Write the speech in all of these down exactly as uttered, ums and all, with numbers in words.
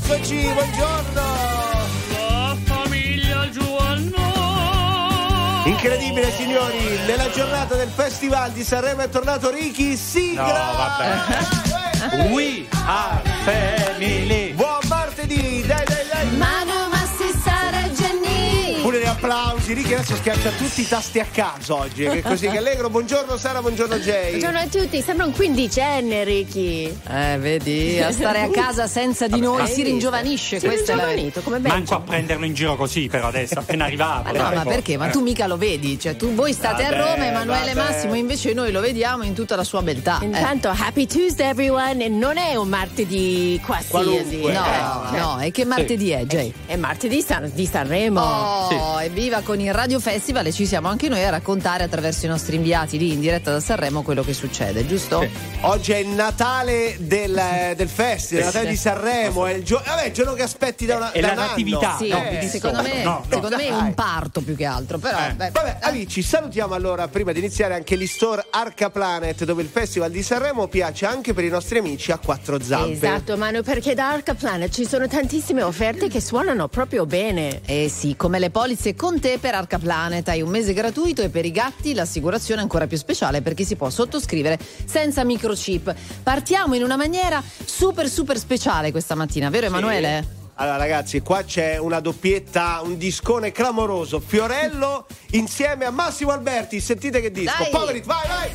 Eccoci, buongiorno. La famiglia Giovanno. Incredibile, signori, nella giornata del Festival di Sanremo è tornato Ricky, sigla. No, vabbè. We are family. Buon martedì, dai dai dai. Manu, Massi, Sara, Gianni. Pure gli applausi. Ricky adesso schiaccia tutti i tasti a caso oggi, che è così che allegro. Buongiorno Sara, buongiorno Jay. Buongiorno a tutti, sembra un quindicenne Ricky. Eh, vedi, a stare a casa senza di noi si ringiovanisce, Si è questa è la ringiovanito, come Manco a Benjamin. prenderlo in giro così però adesso, appena arrivato. Ma no, ma perché? Ma tu mica lo vedi, cioè tu voi state Vabbè, a Roma, Emanuele vabbè. Massimo invece noi lo vediamo in tutta la sua beltà. Eh. Intanto, happy Tuesday everyone, e non è un martedì qualsiasi. Qualunque. No, Eh, no, e che martedì è, Jay? È martedì San- di Sanremo. Oh, evviva con il Radio Festival e ci siamo anche noi a raccontare attraverso i nostri inviati lì in diretta da Sanremo quello che succede, giusto? Sì. Oggi è il Natale del, del festival, il Natale Sì. di Sanremo, è il, gio- vabbè, il giorno che aspetti da, una, È da la un anno. natività. Sì, no, Eh, secondo me, no, no. secondo me è Dai. un parto più che altro, però Eh. beh, Vabbè, amici, salutiamo allora prima di iniziare anche l'e-store Arca Planet, dove il Festival di Sanremo piace anche per i nostri amici a quattro zampe. Esatto, Manu, perché da Arca Planet ci sono tantissime offerte che suonano proprio bene. Eh sì, come le polizze con te per Arca Planet, hai un mese gratuito e per i gatti l'assicurazione è ancora più speciale perché si può sottoscrivere senza microchip. Partiamo in una maniera super super speciale questa mattina, vero Emanuele? Allora ragazzi, qua c'è una doppietta, un discone clamoroso. Fiorello insieme a Massimo Alberti, sentite che disco. Dai. Poverit, vai vai!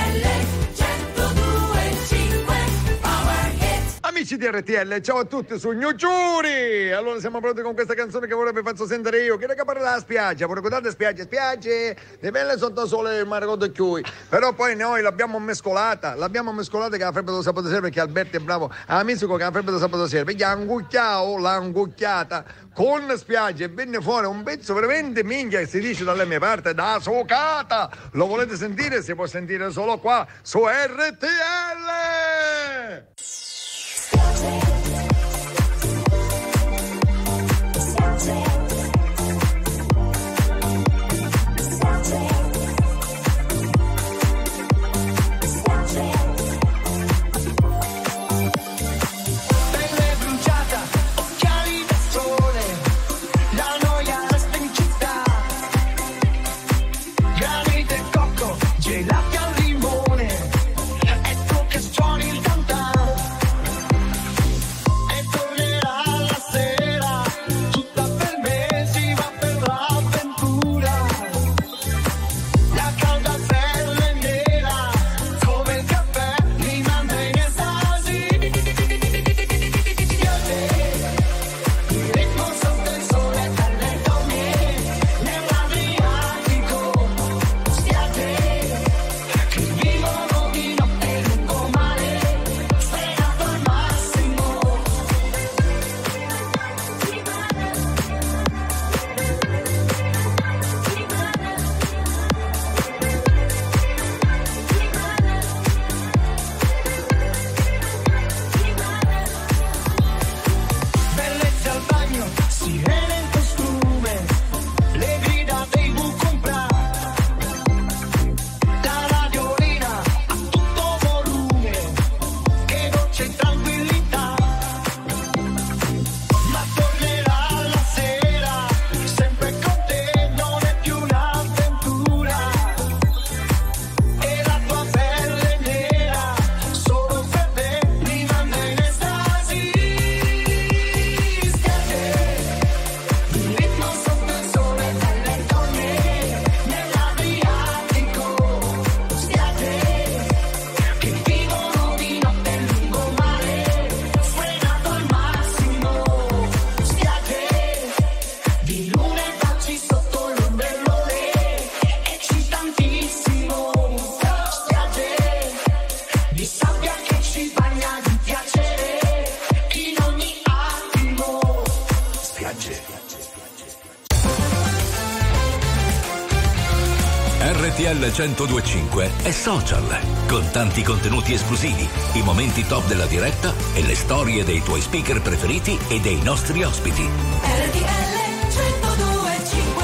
Amici di R T L, ciao a tutti su New Giuri! Allora siamo pronti con questa canzone che vorrebbe farci sentire io. Che raga parla della spiaggia, voi ricordate spiagge, spiagge, le belle sotto sole il mare con chiui. Però poi noi l'abbiamo mescolata, l'abbiamo mescolata che la frebbe do sabato sera perché Alberti è bravo, a musico che la frebbe do sabato sera, perché angucchiao, l'ha angucchiata con spiaggia e venne fuori un pezzo veramente minchia che si dice dalle mie parti da socata. Lo volete sentire? Si può sentire solo qua su R T L! Pelle bruciata, occhiali da sole, la noia resta in città. Granite e cocco, gelati al limone, ecco che suoni il tam-tam. E tornerà la sera, tutta per me si va per l'avventura. La calda pelle nera, come il caffè, mi manda in estasi. Il ritmo sotto il sole, dalle donne, nell'Adriatico. Spiagge che vivono di notte lungo mare, sfrenato al massimo. Bellezze al bagno, sirene in costume, le grida dei bucumprà. La radiolina a tutto volume, che dolce tranquillità. Ma tornerà la sera, sempre con te non è più un'avventura. E la tua pelle nera, solo per te, mi manda in estasi. Spiagge, il ritmo sotto il sole, dalle donne, nell'Adriatico. Spiagge che vivono di notte in lungomare, sfrenato al massimo. Spiagge di luna e baci sotto l'ombrellone, eccitantissimo. Spiagge di sabbia che ci bagna di piacere in ogni attimo. Spiagge. R T L centodue e cinque è social, con tanti contenuti esclusivi, i momenti top della diretta e le storie dei tuoi speaker preferiti e dei nostri ospiti. R T L centodue e cinque.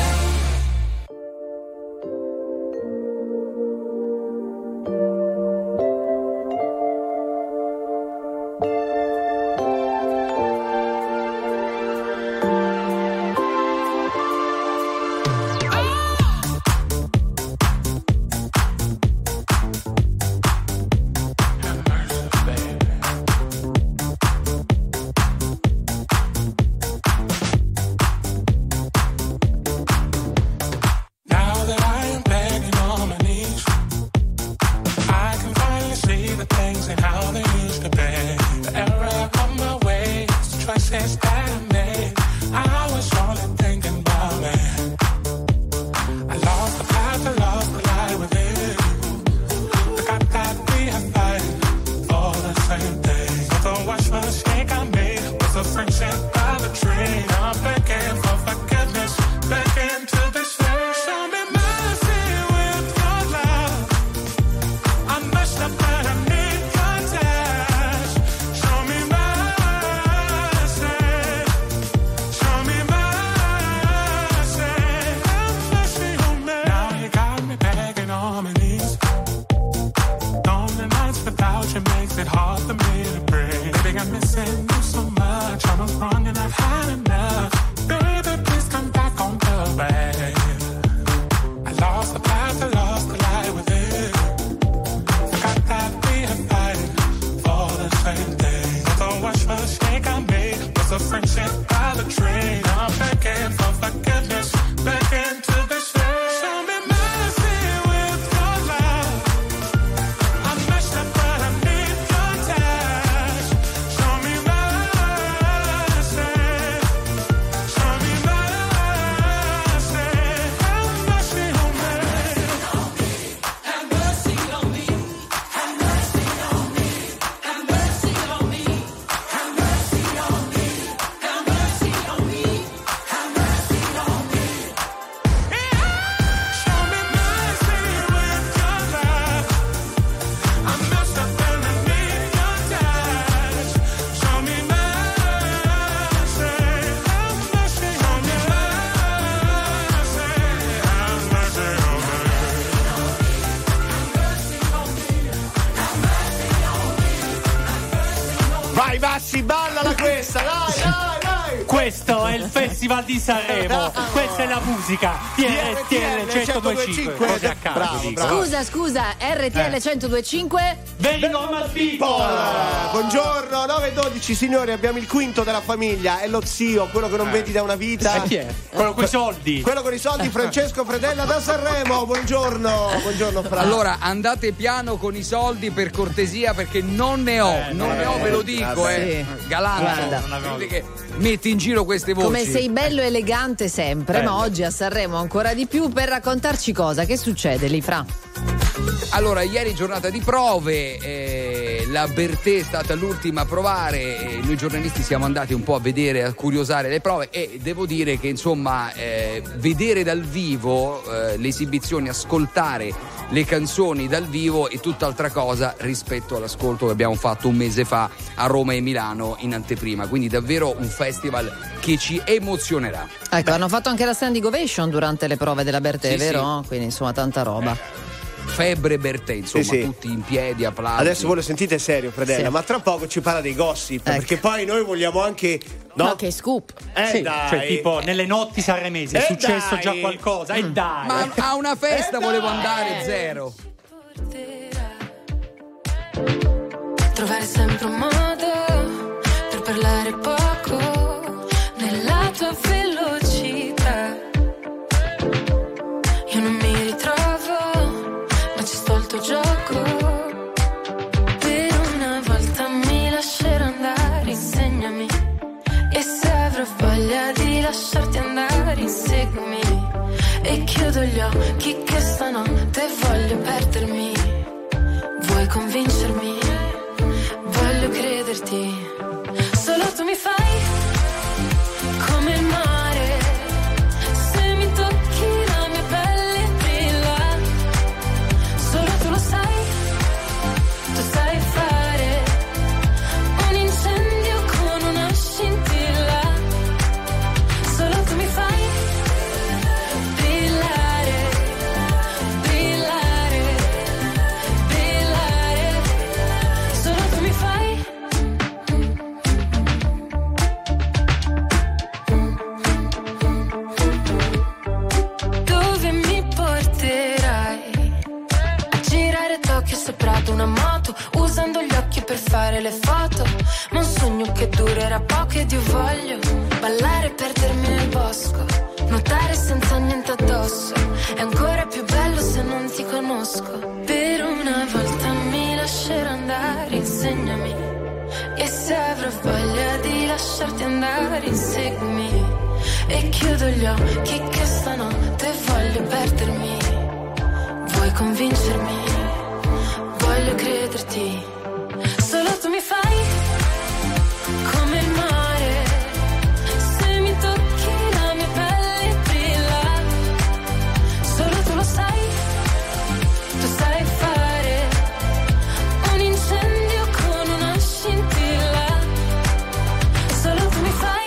how they used to be. The error of my ways, the choices that I made. I was only thinking about me. I lost the path, I lost the light with it. The fact that we are fighting for the same thing. So the watch mistake I made was a friendship by the tree. I'm begging for forgiveness, begging to be saved. Show me mercy with your love. I messed up and I need your touch. Show me mercy. Show me mercy. Have mercy on me. Now you got me begging on my knees. Lonely nights without you makes it hard for me to breathe. Baby, I'm missing you so much. I was wrong and I've had enough. Baby, please come back on the way. I lost the path, I lost the light with it. Forgot that we are fighting for the same thing. The worst mistake I made was a friendship by the tree. I'm begging for forgiveness, begging to be saved. Show me mercy with your love. I messed up but I need your touch. Show me mercy. Show me mercy. Have mercy on me. Have mercy on me. Have mercy on me. Have mercy on me. Have mercy on me. Have mercy on me. Have mercy on me. Show me mercy with your love. I messed up and I need your touch. Show me mercy. Have mercy on me. Have mercy on Vai Massi, ballala questa, dai, dai, dai. Questo è il Festival di Sanremo, questa è la musica. T R T L centodue e cinque. Cose a caso Bravo, dico. bravo. Scusa, scusa, R T L centodue e cinque. Very normal people. Buongiorno, nove e dodici signori, abbiamo il quinto della famiglia, è lo zio, quello che non vedi da una vita. E chi è? Quello con i soldi. Quello con i soldi, Francesco Fredella da Sanremo. Buongiorno, buongiorno Fra. Allora, andate piano con i soldi per cortesia, perché non ne ho, Eh, non eh, ne ho, ve lo dico, vabbè. eh. Sì. Galanto, Guarda. non avevo- che metti in giro queste voci. Come sei bello e elegante sempre, Bello. ma oggi a Sanremo ancora di più per raccontarci cosa. Che succede lì, Fra? Allora, ieri giornata di prove, eh, la Bertè è stata l'ultima a provare, e noi giornalisti siamo andati un po' a vedere, a curiosare le prove, e devo dire che insomma eh, vedere dal vivo eh, le esibizioni, ascoltare le canzoni dal vivo è tutt'altra cosa rispetto all'ascolto che abbiamo fatto un mese fa a Roma e Milano in anteprima, quindi davvero un festival che ci emozionerà. Ecco, hanno fatto anche la standing ovation durante le prove della Bertè, Sì, vero? Quindi insomma tanta roba. Febbre Bertè, insomma, Sì, sì. tutti in piedi, applausi. Adesso voi lo sentite serio, Fredella, Sì. ma tra poco ci parla dei gossip, Ecco. perché poi noi vogliamo anche. No, No, che scoop. Eh Sì, dai. cioè tipo nelle notti sanremesi è Eh, successo dai. già qualcosa. E dai. Ma a una festa Eh, volevo dai. andare, zero. Trovare sempre un modo per parlare poco nella tua velocità. Io non mi ritrovo, ma ci sto al tuo gioco. Per una volta mi lascerò andare, insegnami. E se avrò voglia di lasciarti andare, inseguimi. E chiudo gli occhi che stanotte voglio perdermi. Vuoi convincermi? Voglio crederti. Solo tu mi fai come il mare. Se mi tocchi la mia pelle brilla. Solo tu lo sai. Tu sai fare un incendio con una scintilla. Solo tu mi fai brillare, brillare, brillare. Solo tu mi fai. Dove mi porterai? A girare a Tokyo sopra ad una moto, usando gli occhi per fare le foto. Ma un sogno che durerà poco ed io voglio ballare e perdermi nel bosco, nuotare senza niente addosso. È ancora più bello se non ti conosco. Per una volta mi lascerò andare, insieme insegnami. E se avrò voglia di lasciarti andare, inseguimi. E chiudo gli occhi che stanotte voglio perdermi. Vuoi convincermi? Voglio crederti. Solo tu mi fai come il mare. Se mi tocchi la mia pelle brilla. Solo tu lo sai. Tu sai fare un incendio con una scintilla. Solo tu mi fai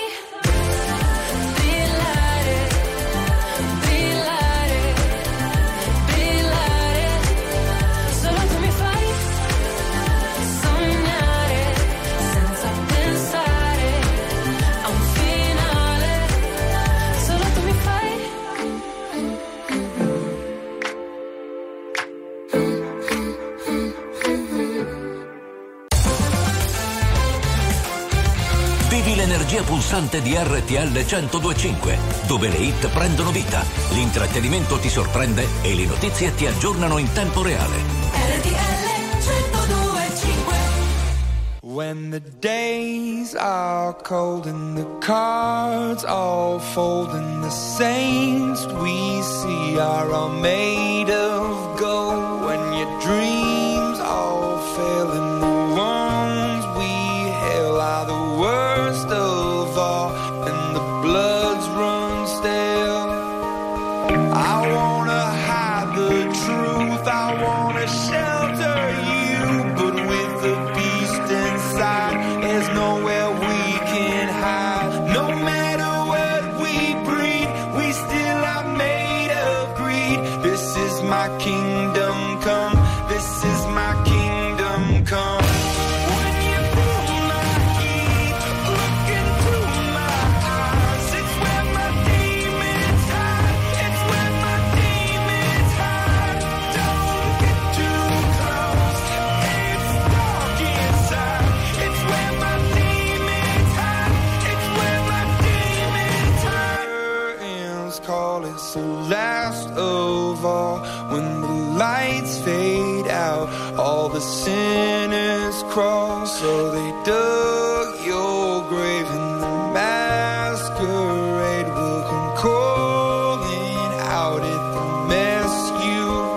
brillare, brillare, brillare. Solo tu mi fai sognare senza pensare a un finale. Solo tu mi fai. Vivi l'energia pulsante di R T L centodue e cinque, dove le hit prendono vita, l'intrattenimento ti sorprende e le notizie ti aggiornano in tempo reale. R T L centodue e cinque. When the days are cold and the cards all fold and the saints we see are all made of gold, when your dreams all fail and the ones we hail are the worst of all and the bloods run stale. I wanna hide the truth, I wanna shelter you, but with the beast inside, there's nowhere we can hide. No matter what we breed, we still are made of greed. This is my kingdom come, this is my kingdom come. When you feel my heat, look into my eyes, it's where my demons hide, it's where my demons hide. Don't get too close, it's dark inside, it's where my demons hide, it's where my demons hide. Curtains call, it's the last of all. When the lights fade out, all the sinners crawl. So they dug your grave and the masquerade will come calling out at the mess you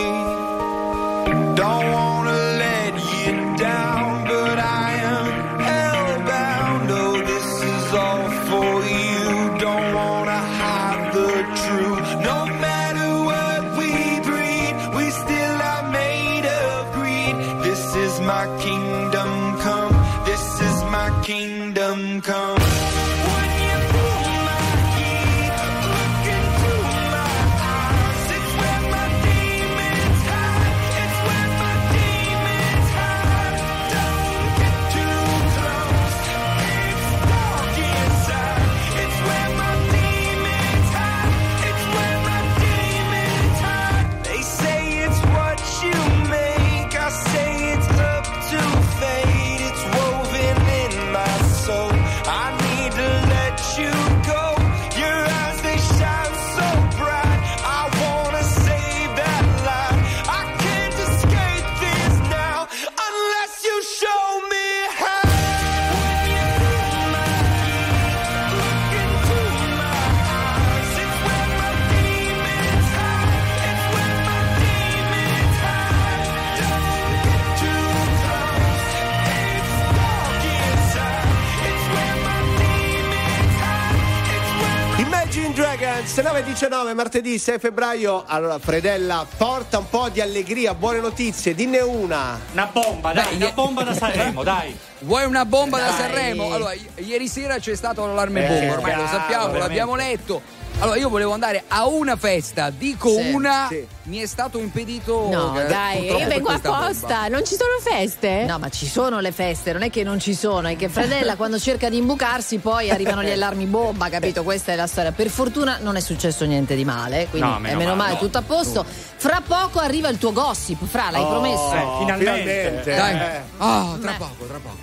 made. Don't wanna let you down, but I am hellbound. Oh, this is all for you. Don't wanna hide the truth. No matter what we breed, we still are made of greed. This is my kingdom come, this is my kingdom come. When you feel my heat, look into my eyes, it's where my demons hide, it's where my demons hide. Don't get too close, it's dark inside, it's where my demons hide, it's where my demons hide. They say it's what you make, I say it's up to fate, it's woven in my soul. I need to let you go. Your eyes, they shine so bright. I wanna save that light. I can't escape this now unless you show me how. When you feel my heat, look into my eyes, it's where my demons hide, it's where my demons hide. Don't get too close, it's dark inside, it's where my demons hide, it's where my Imagine Dragons, nove e diciannove, martedì sei febbraio. Allora, Fredella, porta un po' di allegria, buone notizie, dinne una. Una bomba, dai, Beh, una ie- bomba da Sanremo, dai. Vuoi una bomba da Dai. Sanremo? Allora, i- ieri sera c'è stato l'allarme Eh, bomba, ormai lo chiaro, sappiamo, veramente. l'abbiamo letto. Allora, io volevo andare a una festa, dico Sì. una, Sì. mi è stato impedito. No, eh, dai, purtroppo io per vengo questa bomba. apposta. Non ci sono feste? No, ma ci sono le feste, non è che non ci sono, è che Fredella quando cerca di imbucarsi poi arrivano gli allarmi bomba, capito? Questa è la storia. Per fortuna non è successo niente di male, quindi No, è meno meno male, male, no. tutto a posto. Fra poco arriva il tuo gossip, Fra, l'hai promesso. Eh, finalmente. Dai. eh. Ah, tra poco, tra poco.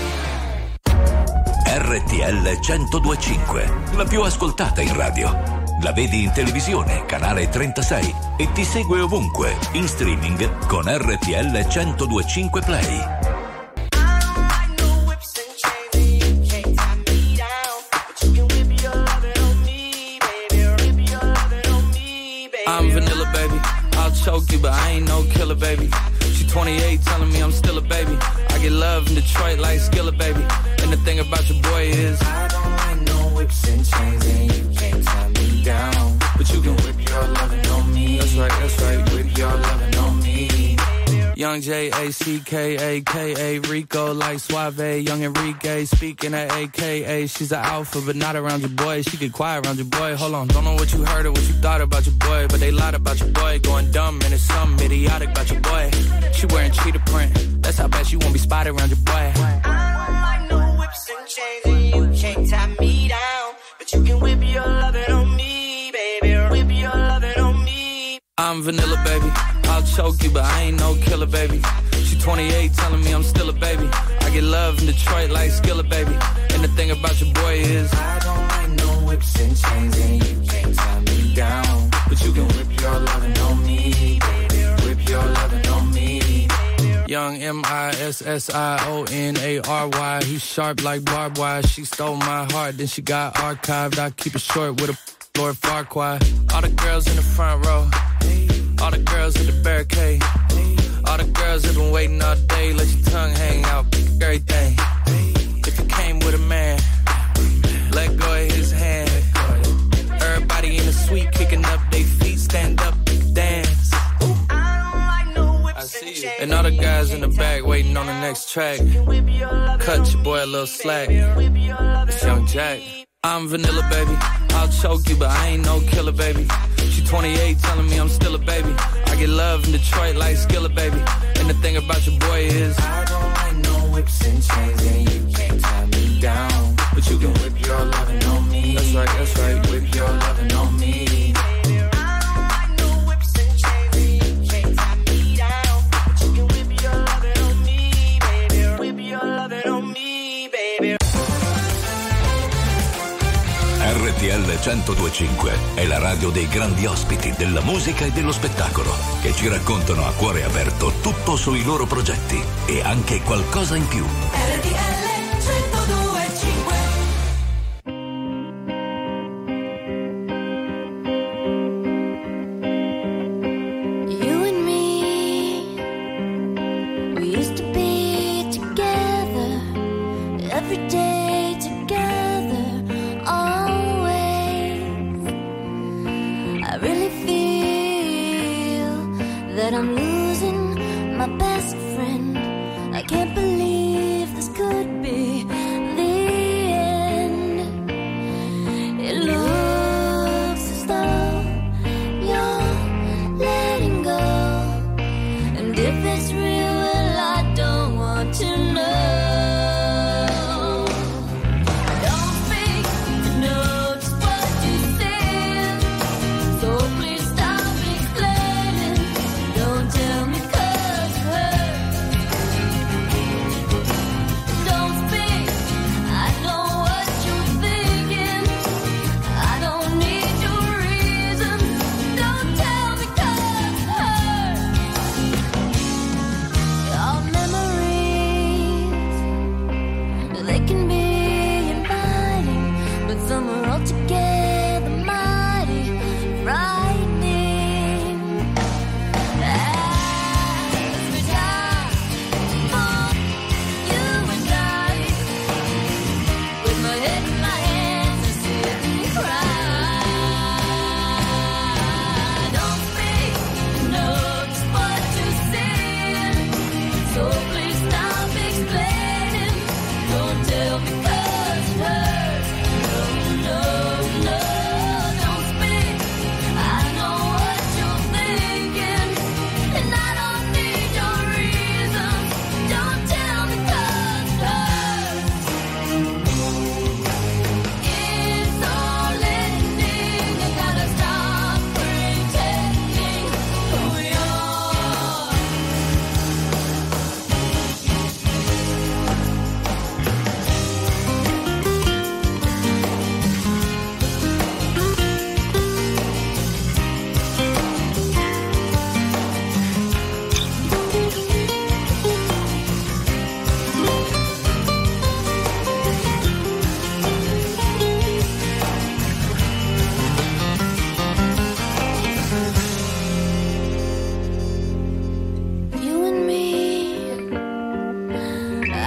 R T L centodue e cinque, la più ascoltata in radio. La vedi in televisione, canale trentasei, e ti segue ovunque, in streaming con R T L centodue e cinque Play. I'm vanilla, baby. I'll choke you, but I ain't no killer, baby. She twenty-eight, telling me I'm still a baby. I get love in Detroit like Skillet, baby. And the thing about your boy is I don't like no whips and chains, and you can't tie me down. But you can whip your lovin' on me. That's right, that's right, whip your lovin' on me. Young J A C K A K A Rico like Suave. Young Enrique speaking at A K A. She's an alpha but not around your boy. She get quiet around your boy. Hold on, don't know what you heard or what you thought about your boy, but they lied about your boy. Going dumb and it's something idiotic about your boy. She wearing cheetah print. That's how bad she won't be spotted around your boy. I don't like no whips and chains, and you can't tie me down. But you can whip your lovin' on me, baby. Whip your lovin' on me. I'm vanilla, baby. I'll choke you, but I ain't no killer, baby. She twenty-eight, telling me I'm still a baby. I get love in Detroit like Skillet, baby. And the thing about your boy is I don't like no whips and chains, and you can't tie me down. But you can whip your lovin' on me, baby. Whip your lovin' on me. Young M I S S I O N A R Y. He's sharp like barbed wire. She stole my heart, then she got archived. I keep it short with a Lord Farquaad. All the girls in the front row, all the girls at the barricade, all the girls have been waiting all day. Let your tongue hang out, everything. If you came with a man, let go of his hand. Everybody in the suite kicking up their feet, stand up, dance. I see you. And all the guys in the back waiting on the next track. Cut your boy a little slack. It's Young Jack. I'm vanilla, baby. I'll choke you, but I ain't no killer, baby. She twenty-eight, telling me I'm still a baby. I get love in Detroit like Skillet, baby. And the thing about your boy is I don't like no whips and chains, and you can't tie me down. But you can whip your lovin' on me. That's right, that's right, whip your lovin' on me. R T L centodue e cinque è la radio dei grandi ospiti della musica e dello spettacolo, che ci raccontano a cuore aperto tutto sui loro progetti e anche qualcosa in più. R T L centodue e cinque. You and me, we used to be together every day together, always. I really feel that I'm losing my best friend. I can't believe this could be the end. It looks as though you're letting go, and if it's real, well, I don't want to know. Don't speak to know just what you said, so please stop explaining. Don't tell me 'cause it hurts. Don't speak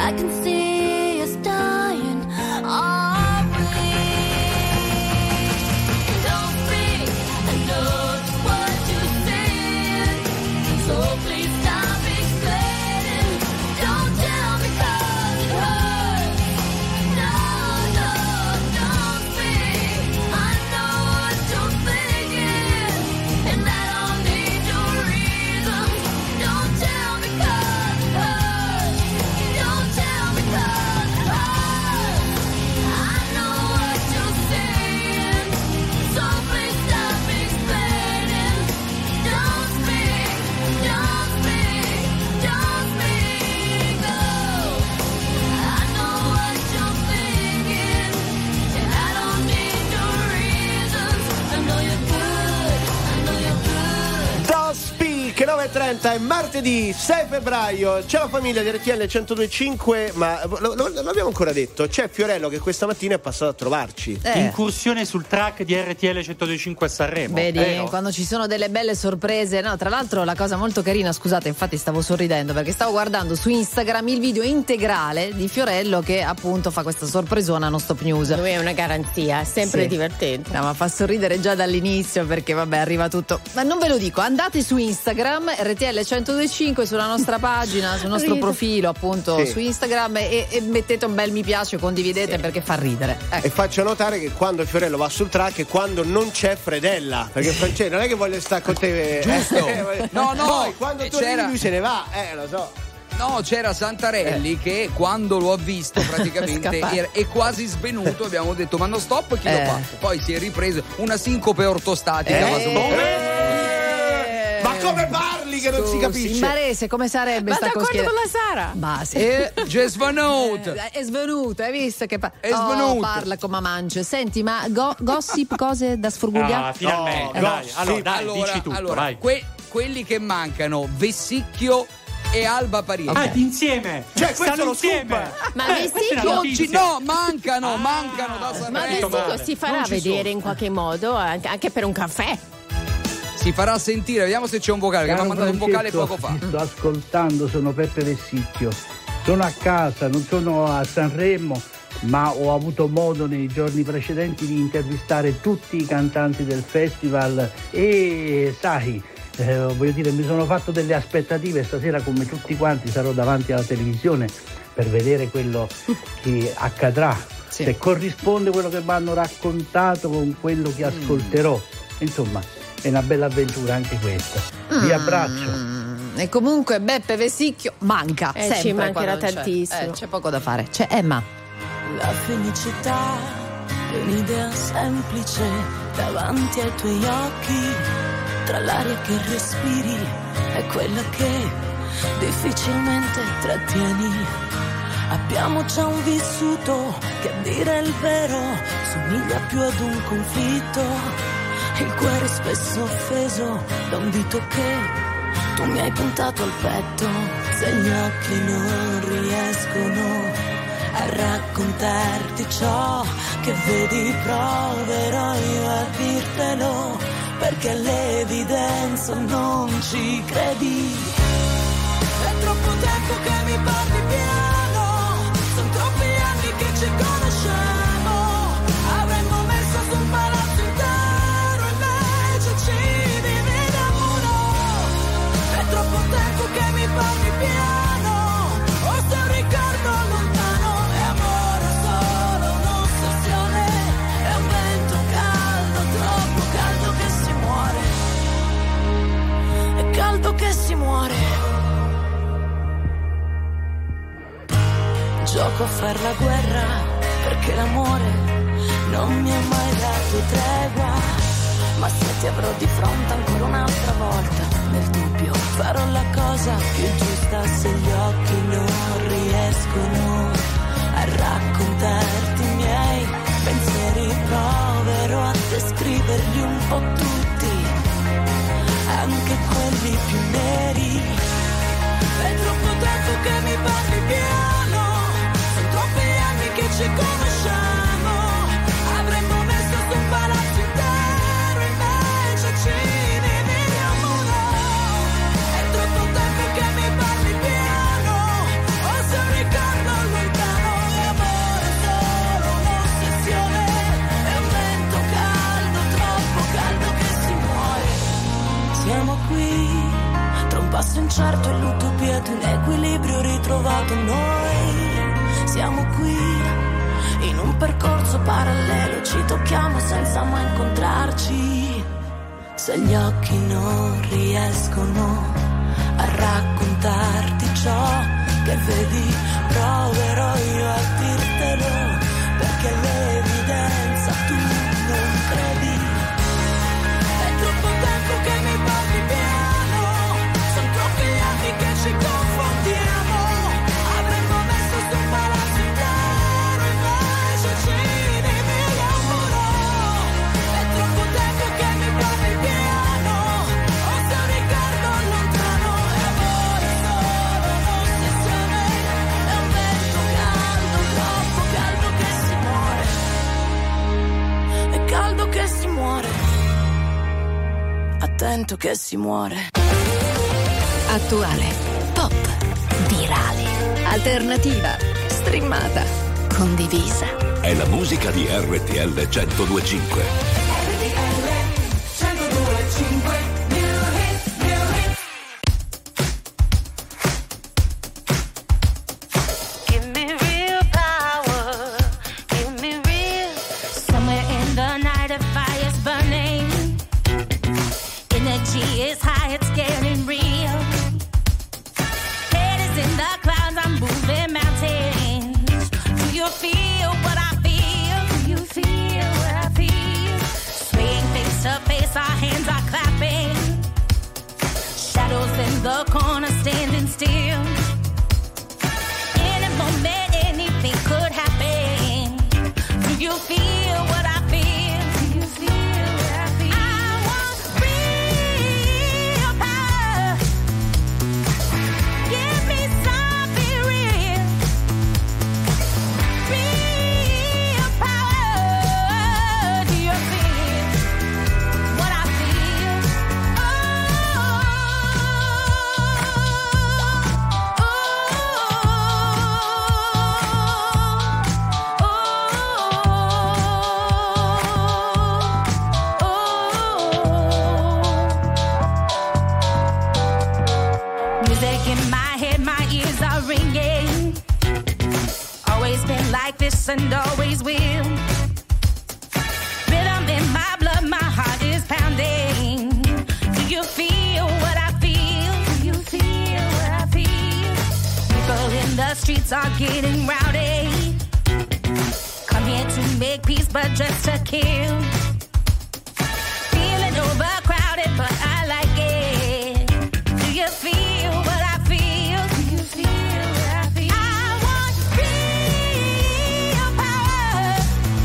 I can see us dying. Are we? Don't speak, I know just what you're saying. So please stop explaining. Don't tell me 'cause it hurts. No, no, don't speak. I know what you're thinking, and I don't need your reasons. Don't tell me 'cause it hurts. Don't tell me 'cause it hurts. I know what you're saying, so please stop explaining. Don't speak, don't speak, don't speak. Oh, I know what you're thinking, and I don't need your reasons. I know you're good, I know you're good. Don't Speak, nove e trenta, è martedì sei febbraio. C'è la famiglia di R T L centodue e cinque, ma lo, lo, lo abbiamo ancora detto. C'è Fiorello che questa mattina è passato a trovarci. Eh. Incursione sul track di R T L centodue e cinque a Sanremo. Vedi, Eh, no? quando ci sono delle belle sorprese. No, tra l'altro la cosa molto carina, scusate, infatti stavo sorridendo perché stavo guardando su Instagram il video integrale di Fiorello che appunto fa questa sorpresona a Non Stop News. Lui è una garanzia, è sempre Sì. divertente. No, ma fa sorridere già dall'inizio perché vabbè arriva tutto. Ma non ve lo dico, andate su Instagram R T L centodue e cinque sulla nostra pagina, sul nostro Rido. profilo appunto Sì. su Instagram e, e mettete un bel mi piace, condividete Sì. perché fa ridere. Ecco. E faccio notare che quando Fiorello va sul track è quando non c'è Fredella. Perché Francesco non è che voglio stare con te. Giusto. eh, No, no, Poi quando tu c'era- arrivi lui se ne va, eh, lo so. No, c'era Santarelli che quando lo ha visto praticamente Scappato. era- è quasi svenuto. Abbiamo detto ma non stop, chi Eh. lo fa? Poi si è ripreso una sincope ortostatica. Eh. ma so- Ma come parli che non si In capisce? barese come sarebbe Ma sta d'accordo coschiera? con la Sara? Ma sì. E Jess Van Hout. Eh, è svenuta, hai visto che pa- È oh, svenuta. parla come mangia. Senti, ma go- gossip, cose da Ah, sfurgugliare? finalmente, No, dai. no, Allora, sì, dai, allora, dici tutto, allora, vai. que- quelli che mancano, Vessicchio e Alba Pariente. Ah, insieme! Cioè, questo Stanno è lo insieme! scoop. Ma Eh, Vessicchio- questa è la Oggi notizia. no, mancano, Ah. mancano da Ma Sanremo. Ecco, Vessicchio male. si farà Non ci vedere sono. in qualche modo anche, anche per un caffè. Si farà sentire, vediamo se c'è un vocale, che mi ha Caro mandato un vocale Francesco, poco fa. ti sto ascoltando, sono Peppe Vessicchio. Sono a casa, non sono a Sanremo, ma ho avuto modo nei giorni precedenti di intervistare tutti i cantanti del festival e sai, eh, voglio dire, mi sono fatto delle aspettative. Stasera come tutti quanti sarò davanti alla televisione per vedere quello che accadrà, Sì. se corrisponde quello che mi hanno raccontato con quello che ascolterò. Insomma, è una bella avventura anche questa. Vi abbraccio. Mm, E comunque Beppe Vessicchio manca Eh, sempre ci mancherà quando c'è. tantissimo. Eh, c'è poco da fare. C'è Emma. La felicità è un'idea semplice davanti ai tuoi occhi, tra l'aria che respiri e quella che difficilmente trattieni. Abbiamo già un vissuto che a dire il vero somiglia più ad un conflitto, il cuore spesso offeso da un dito che tu mi hai puntato al petto. Se gli occhi non riescono a raccontarti ciò che vedi, proverò io a dirtelo, perché all'evidenza non ci credi. È troppo tempo che mi parli piano, sono troppi anni che ci conosciamo, avremmo messo su un palazzo intero, invece ci dividiamo uno. È troppo tempo che mi parli piano, o se un ricordo lontano, è amore solo un'ossessione, è un vento caldo, troppo caldo che si muore, è caldo che si muore. Gioco a far la guerra perché l'amore non mi ha mai dato tregua, ma se ti avrò di fronte ancora un'altra volta, nel dubbio farò la cosa più giusta. Se gli occhi non riescono a raccontarti i miei pensieri, proverò a descriverli un po' tutti, anche quelli più neri. È troppo tempo che mi parli piano, sono troppi anni che ci conosciamo, avremmo messo su un palazzo intero, invece ci dividiamo uno. È troppo tempo che mi parli piano, o se un ricordo certo è l'utopia di un equilibrio ritrovato. Noi siamo qui in un percorso parallelo, ci tocchiamo senza mai incontrarci. Se gli occhi non riescono a raccontarti ciò che vedi, proverò io a dirtelo, perché l'evidenza tu non credi. È troppo tempo che mi parli piano, sono troppi gli anni che ci confondiamo. Avremmo messo su un palazzo intero, invece ci dividiamo. È troppo tempo che mi parli piano, ho se un ricordo lontano e voi solo nostri insieme. È un vento caldo, troppo caldo che si muore. È caldo che si muore. Attento che si muore. Attuale, pop, virale, alternativa, streamata, condivisa. È la musica di R T L centodue e cinque. Give me real power, give me real. Somewhere in the night a fire's burning. Energy is high, it's getting real. Head is in the clouds, I'm moving mountains. Do you feel what I feel? Do you feel what I feel? Swaying face to face, our hands are clapping. Shadows in the corner standing still. In a moment, anything could happen. Do you feel what I feel? Do you feel what I feel? I want real power. Give me something real. Real power. Do you feel what I feel? Music in my head, my ears are ringing. Always been like this and always will. Rhythm in my blood, my heart is pounding. Do you feel what I feel? Do you feel what I feel? People in the streets are getting rowdy. Come here to make peace, but just to kill. Feeling overcrowded, but I like it. Do you feel what I feel? Do you feel what I feel? I want real power.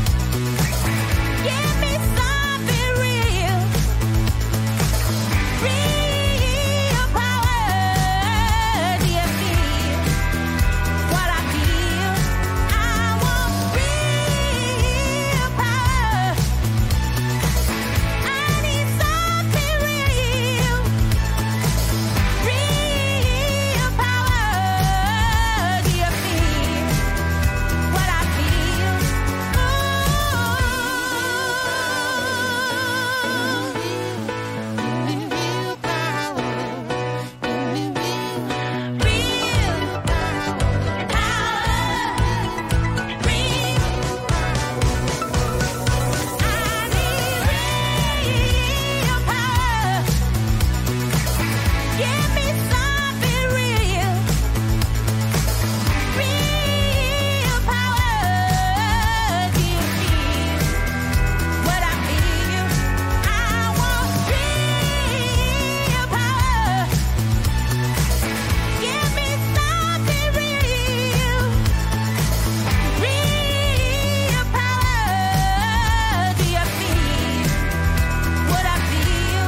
Give me something real. Real power. Do you feel what I feel? I want real power. I need something real. Real power. Do you feel what I feel? Real power. Real power. Real power. Give me something real. Real power. Do you feel what I feel? I want real power. Give me something real. Real power. Do you feel what I feel?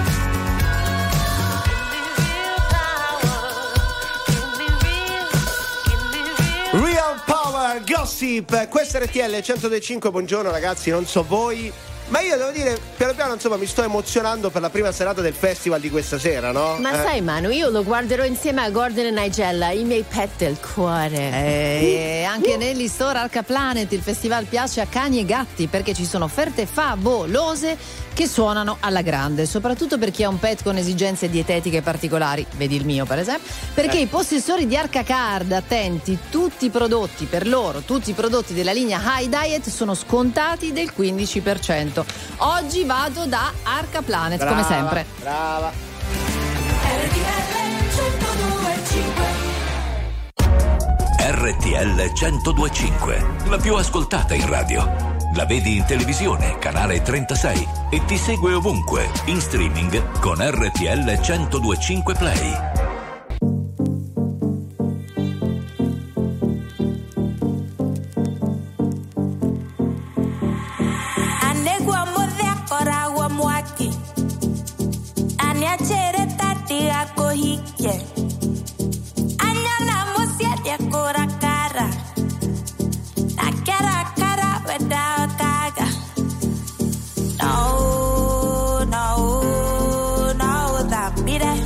Real Power, Gossip, questa è R T L centodue e cinque, buongiorno ragazzi, non so voi, Ma io devo dire, piano piano insomma mi sto emozionando per la prima serata del festival di questa sera, no? Ma eh. sai Manu, io lo guarderò insieme a Gordon e Nigella, i miei pet del cuore. E anche negli store Arca Planet il festival piace a cani e gatti perché ci sono offerte favolose che suonano alla grande, soprattutto per chi ha un pet con esigenze dietetiche particolari, vedi il mio per esempio, perché Eh. i possessori di Arca Card, attenti, tutti i prodotti per loro, tutti i prodotti della linea High Diet sono scontati del quindici per cento. Oggi vado da Arca Planet, Brava, come sempre. Brava. R T L centodue e cinque, la più ascoltata in radio. La vedi in televisione, canale trentasei, e ti segue ovunque, in streaming con R T L centodue e cinque Play. Anegua modea koragua mwaki. Aniachere tati akohike. Anyana mosia kora cara. Akara cara weda kaga. No, no, no, that be that.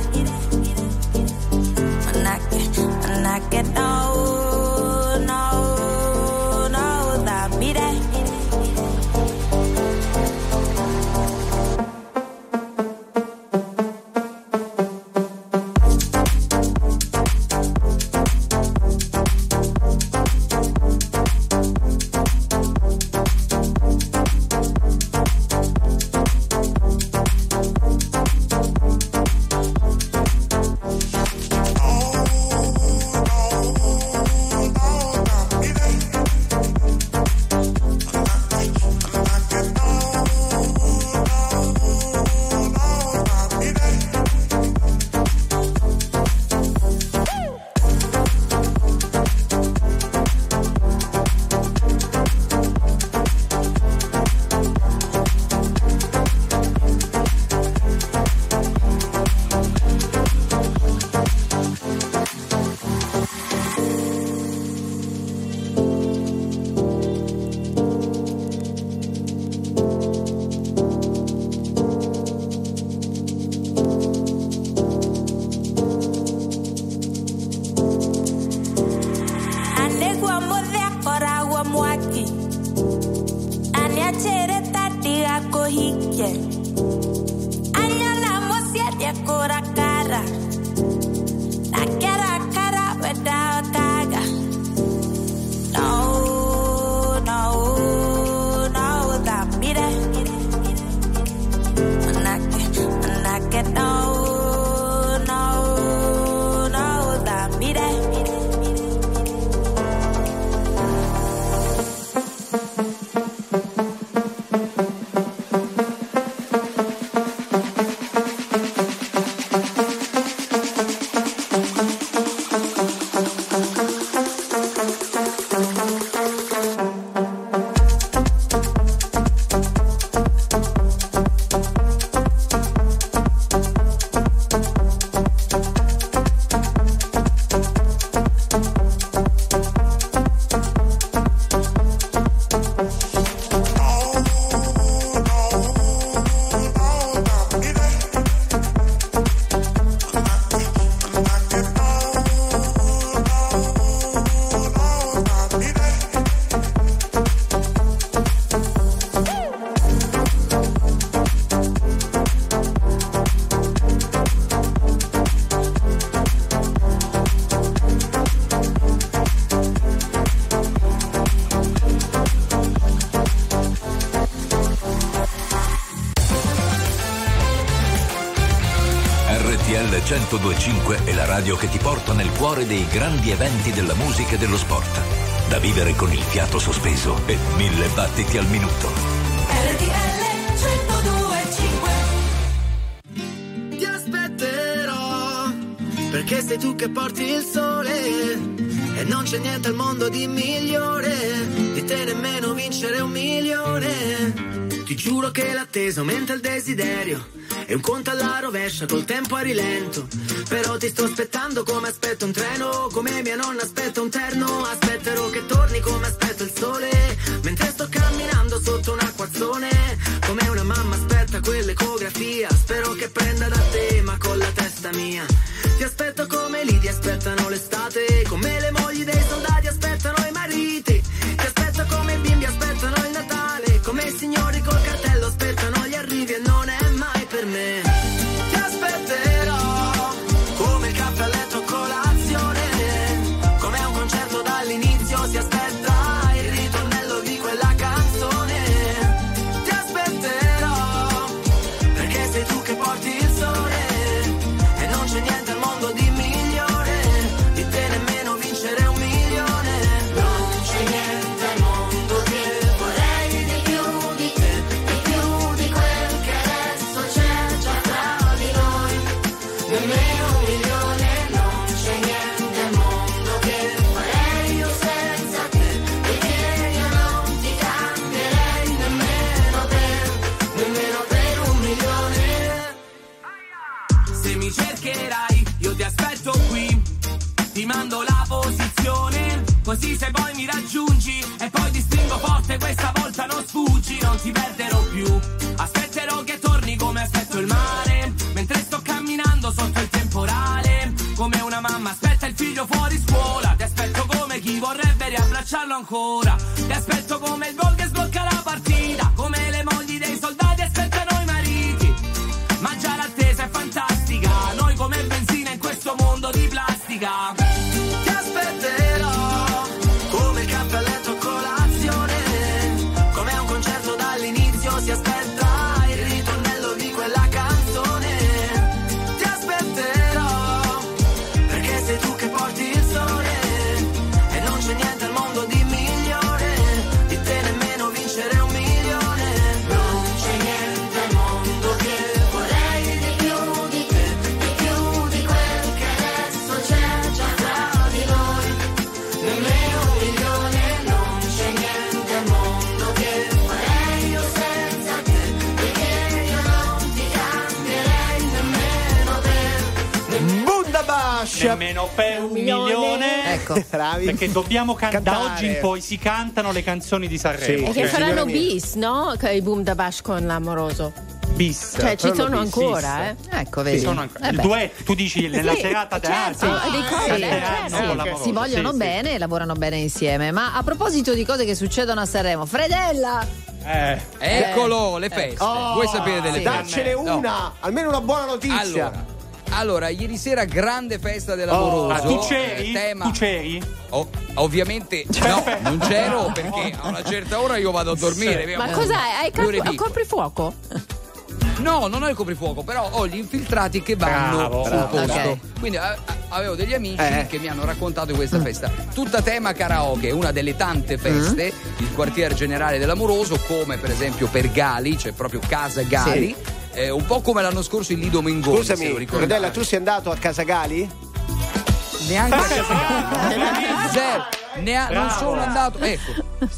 Anake, anake, no, no, no, that be that. centodue e cinque è la radio che ti porta nel cuore dei grandi eventi della musica e dello sport. Da vivere con il fiato sospeso e mille battiti al minuto. R T L centodue e cinque. Ti aspetterò, perché sei tu che porti il sole e non c'è niente al mondo di migliore di te, nemmeno vincere un milione. Ti giuro che l'attesa aumenta il desiderio, è un conto alla rovescia col tempo a rilento. Però ti sto aspettando come aspetto un treno, come mia nonna aspetta un terno. Aspetterò che torni come aspetto il sole, mentre sto camminando sotto un acquazzone, come Così se poi mi raggiungi e poi ti stringo forte, questa volta non sfuggi, non ti perderò più. Aspetterò che torni come aspetto il mare, mentre sto camminando sotto il temporale. Come una mamma aspetta il figlio fuori scuola, ti aspetto come chi vorrebbe riabbracciarlo ancora. Ti aspetto come il gol che sblocca la partita, come le mogli dei soldati aspettano i mariti. Ma già l'attesa è fantastica, noi come benzina in questo mondo di plastica. Ti aspetterò come il caffè a letto a colazione, come a un concerto dall'inizio si aspetta il ritornello di quella canzone. Ti aspetterò perché sei tu che porti il sole e non c'è niente al mondo di migliore di te, nemmeno vincere un milione. Non c'è niente al mondo che vorrei di più di te, di più di quel che adesso c'è già tra di noi. Nemmeno un milione, non c'è niente al mondo che farei io senza te, perché io non ti cambierei nemmeno per Bundabash! Nemmeno per un milione. Ecco. Bravi. Perché dobbiamo cantare. Da Cantare. oggi in poi si cantano le canzoni di Sanremo. E che Sì, faranno signora mia. bis, no? Che I Boom da Bash con l'amoroso. Bis. Cioè ci Faranno sono bis, ancora, bis. eh? Ecco, Ci vedi. sono ancora. Eh Il beh. duetto, tu dici nella Sì, serata certo, teatro. dei cori, canteranno certo. con l'amoroso. Si vogliono Sì, bene e lavorano bene insieme. Ma a proposito di cose che succedono a Sanremo, Fredella! sì. Eh. Eccolo, le feste. Oh, Vuoi sapere delle sì. feste? Daccene No. una, almeno una buona notizia. Allora, allora, ieri sera grande festa dell'amoroso. Ah, tu c'eri? Eh, tema- Tu c'eri? Oh, ovviamente no, non c'ero perché a una certa ora io vado a dormire. Ma cos'hai? Hai Due ore cap- piccole. coprifuoco? No, non ho il coprifuoco, però ho gli infiltrati che vanno Bravo, sul bravo. posto. Ok. Quindi a- a- avevo degli amici Eh. che mi hanno raccontato di questa festa. Tutta tema karaoke, una delle tante feste, il quartier generale dell'amoroso, come per esempio per Gali, cioè proprio Casa Gali. Eh, un po' come l'anno scorso il Lido Mengoni. se lo Scusami, ricordate. Rodella, tu sei andato a Casa Gali? Neanche a Casa Gali. Zero. Ne ha- non Bravo. sono andato. Ecco.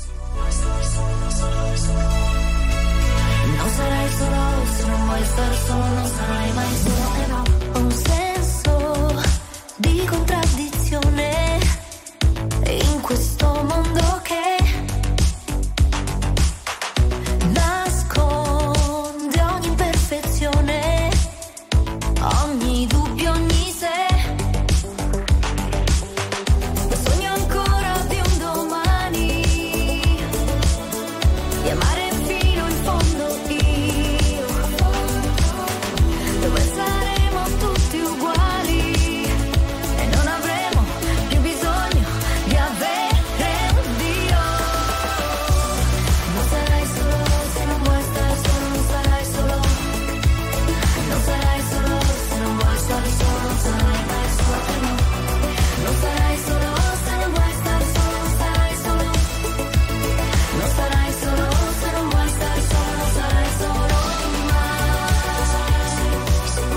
Non sarai solo se non vuoi stare solo, non sarai mai solo, e no. Ho un senso di contraddizione in questo mondo che nasconde ogni imperfezione, ogni dubbio, ogni se. Sogno ancora di un domani, di amare fino in fondo io, dove saremo tutti uguali e non avremo più bisogno di avere un Dio. Non sarai solo se non vuoi stare solo, non sarai solo, non sarai solo se non vuoi stare solo, non sarai mai solo, no. Non sarai solo se non vuoi stare solo, non sarai solo, non sarai solo se non vuoi stare solo, non sarai solo mai, solo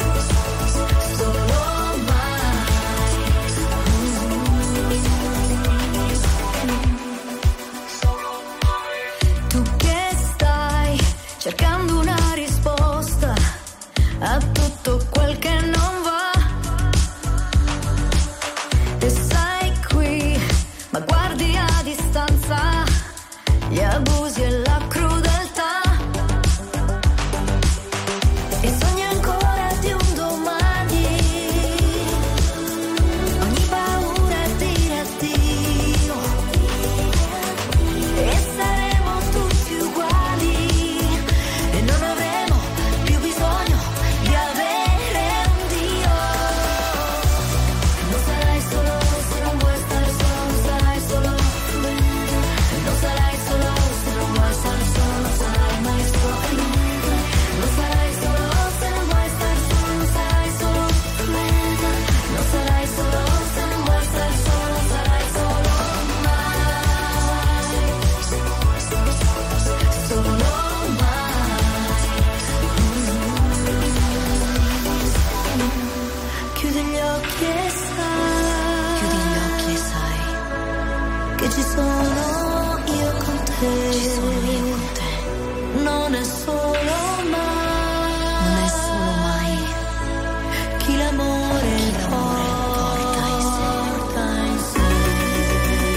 mai. Tu che stai cercando una risposta a tutto quel che non va, e sei qui, ma guardi a distanza gli abusi e la crudeltà, e sogni ancora di un domani, ogni paura è dire addio, e saremo tutti uguali e non avremo più bisogno di avere un Dio. Non sarai solo se non vuoi stare solo, non sarai solo, non sarai solo se non vuoi stare solo, non sarai mai solo, non sarai solo se non vuoi stare solo, non sarai solo, non sarai solo se non vuoi stare solo, non sarai solo mai, solo mai. Chiudi gli occhi e sai, chiudi gli occhi e sai che ci sono io con te, ci sono io con te. Non è solo mai, non è solo mai chi l'amore, chi l'amore porta in sé, porta in sé.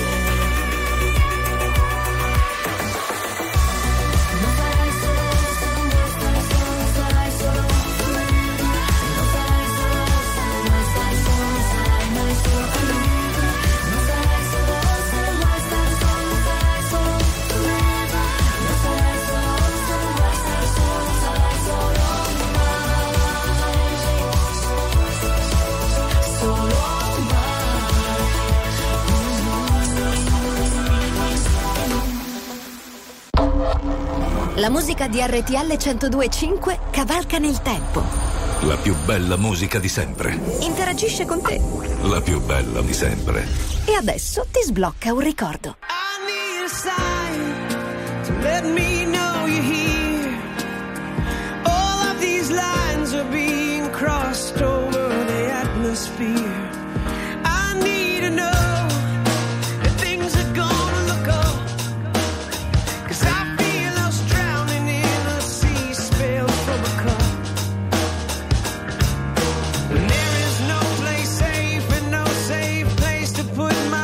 La musica di R T L centodue e cinque cavalca nel tempo. La più bella musica di sempre. Interagisce con te. La più bella di sempre. E adesso ti sblocca un ricordo. need a sign to let me know you're here. All of these lines are being crossed over the atmosphere. I need to know that things are gonna look up, 'cause I feel us drowning in a sea spilled from a cup. And there is no place safe and no safe place to put my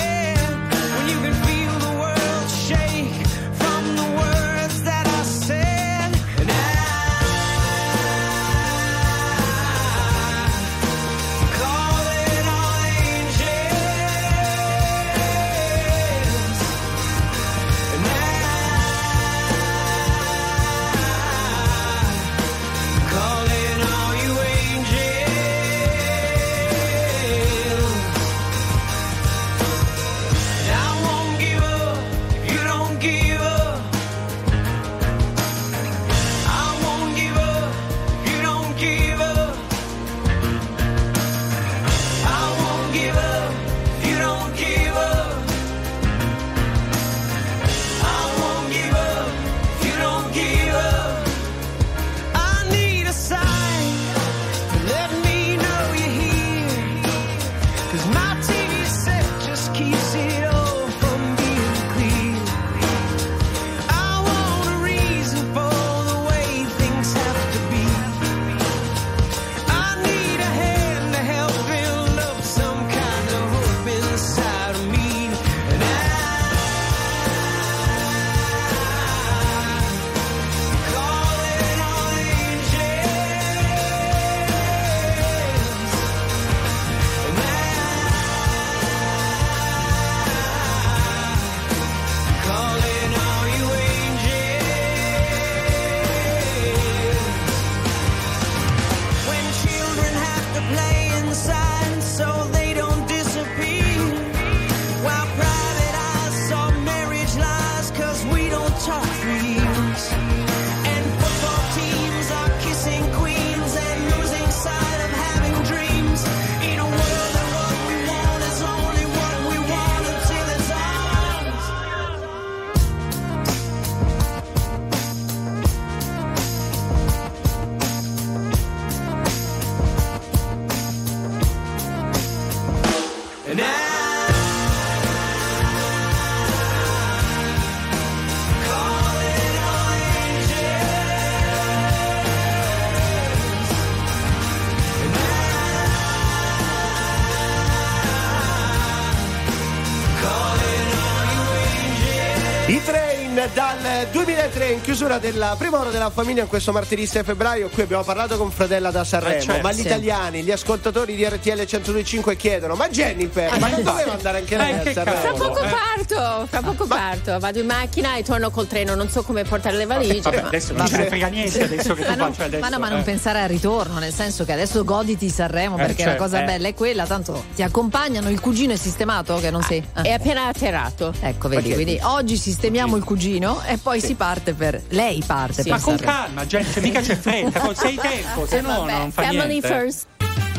dal duemilatré in chiusura della prima ora della famiglia in questo martedì sei febbraio. Qui abbiamo parlato con Fredella da Sanremo, eh certo, ma gli sì. italiani, gli ascoltatori di R T L centodue e cinque chiedono: ma Jennifer, Eh, ma non eh, doveva andare anche lei eh, a che Sanremo? Fra poco Eh. parto, fra poco parto, vado in macchina e torno col treno, non so come portare le valigie. Vabbè, ma... adesso non ce ne frega niente adesso che Ma, tu non, faccia adesso. ma no, ma eh. non pensare al ritorno, nel senso che adesso goditi Sanremo, Eh, perché certo, la cosa eh. bella è quella, tanto ti accompagnano, il cugino è sistemato che non sei. Ah. È appena atterrato. Ecco, vedi, quindi oggi sistemiamo il cugino e poi si parte per lei parte Ma per con Sanremo. calma, gente, mica c'è fretta, con sei tempo, se Eh, no vabbè, non fa family niente. first.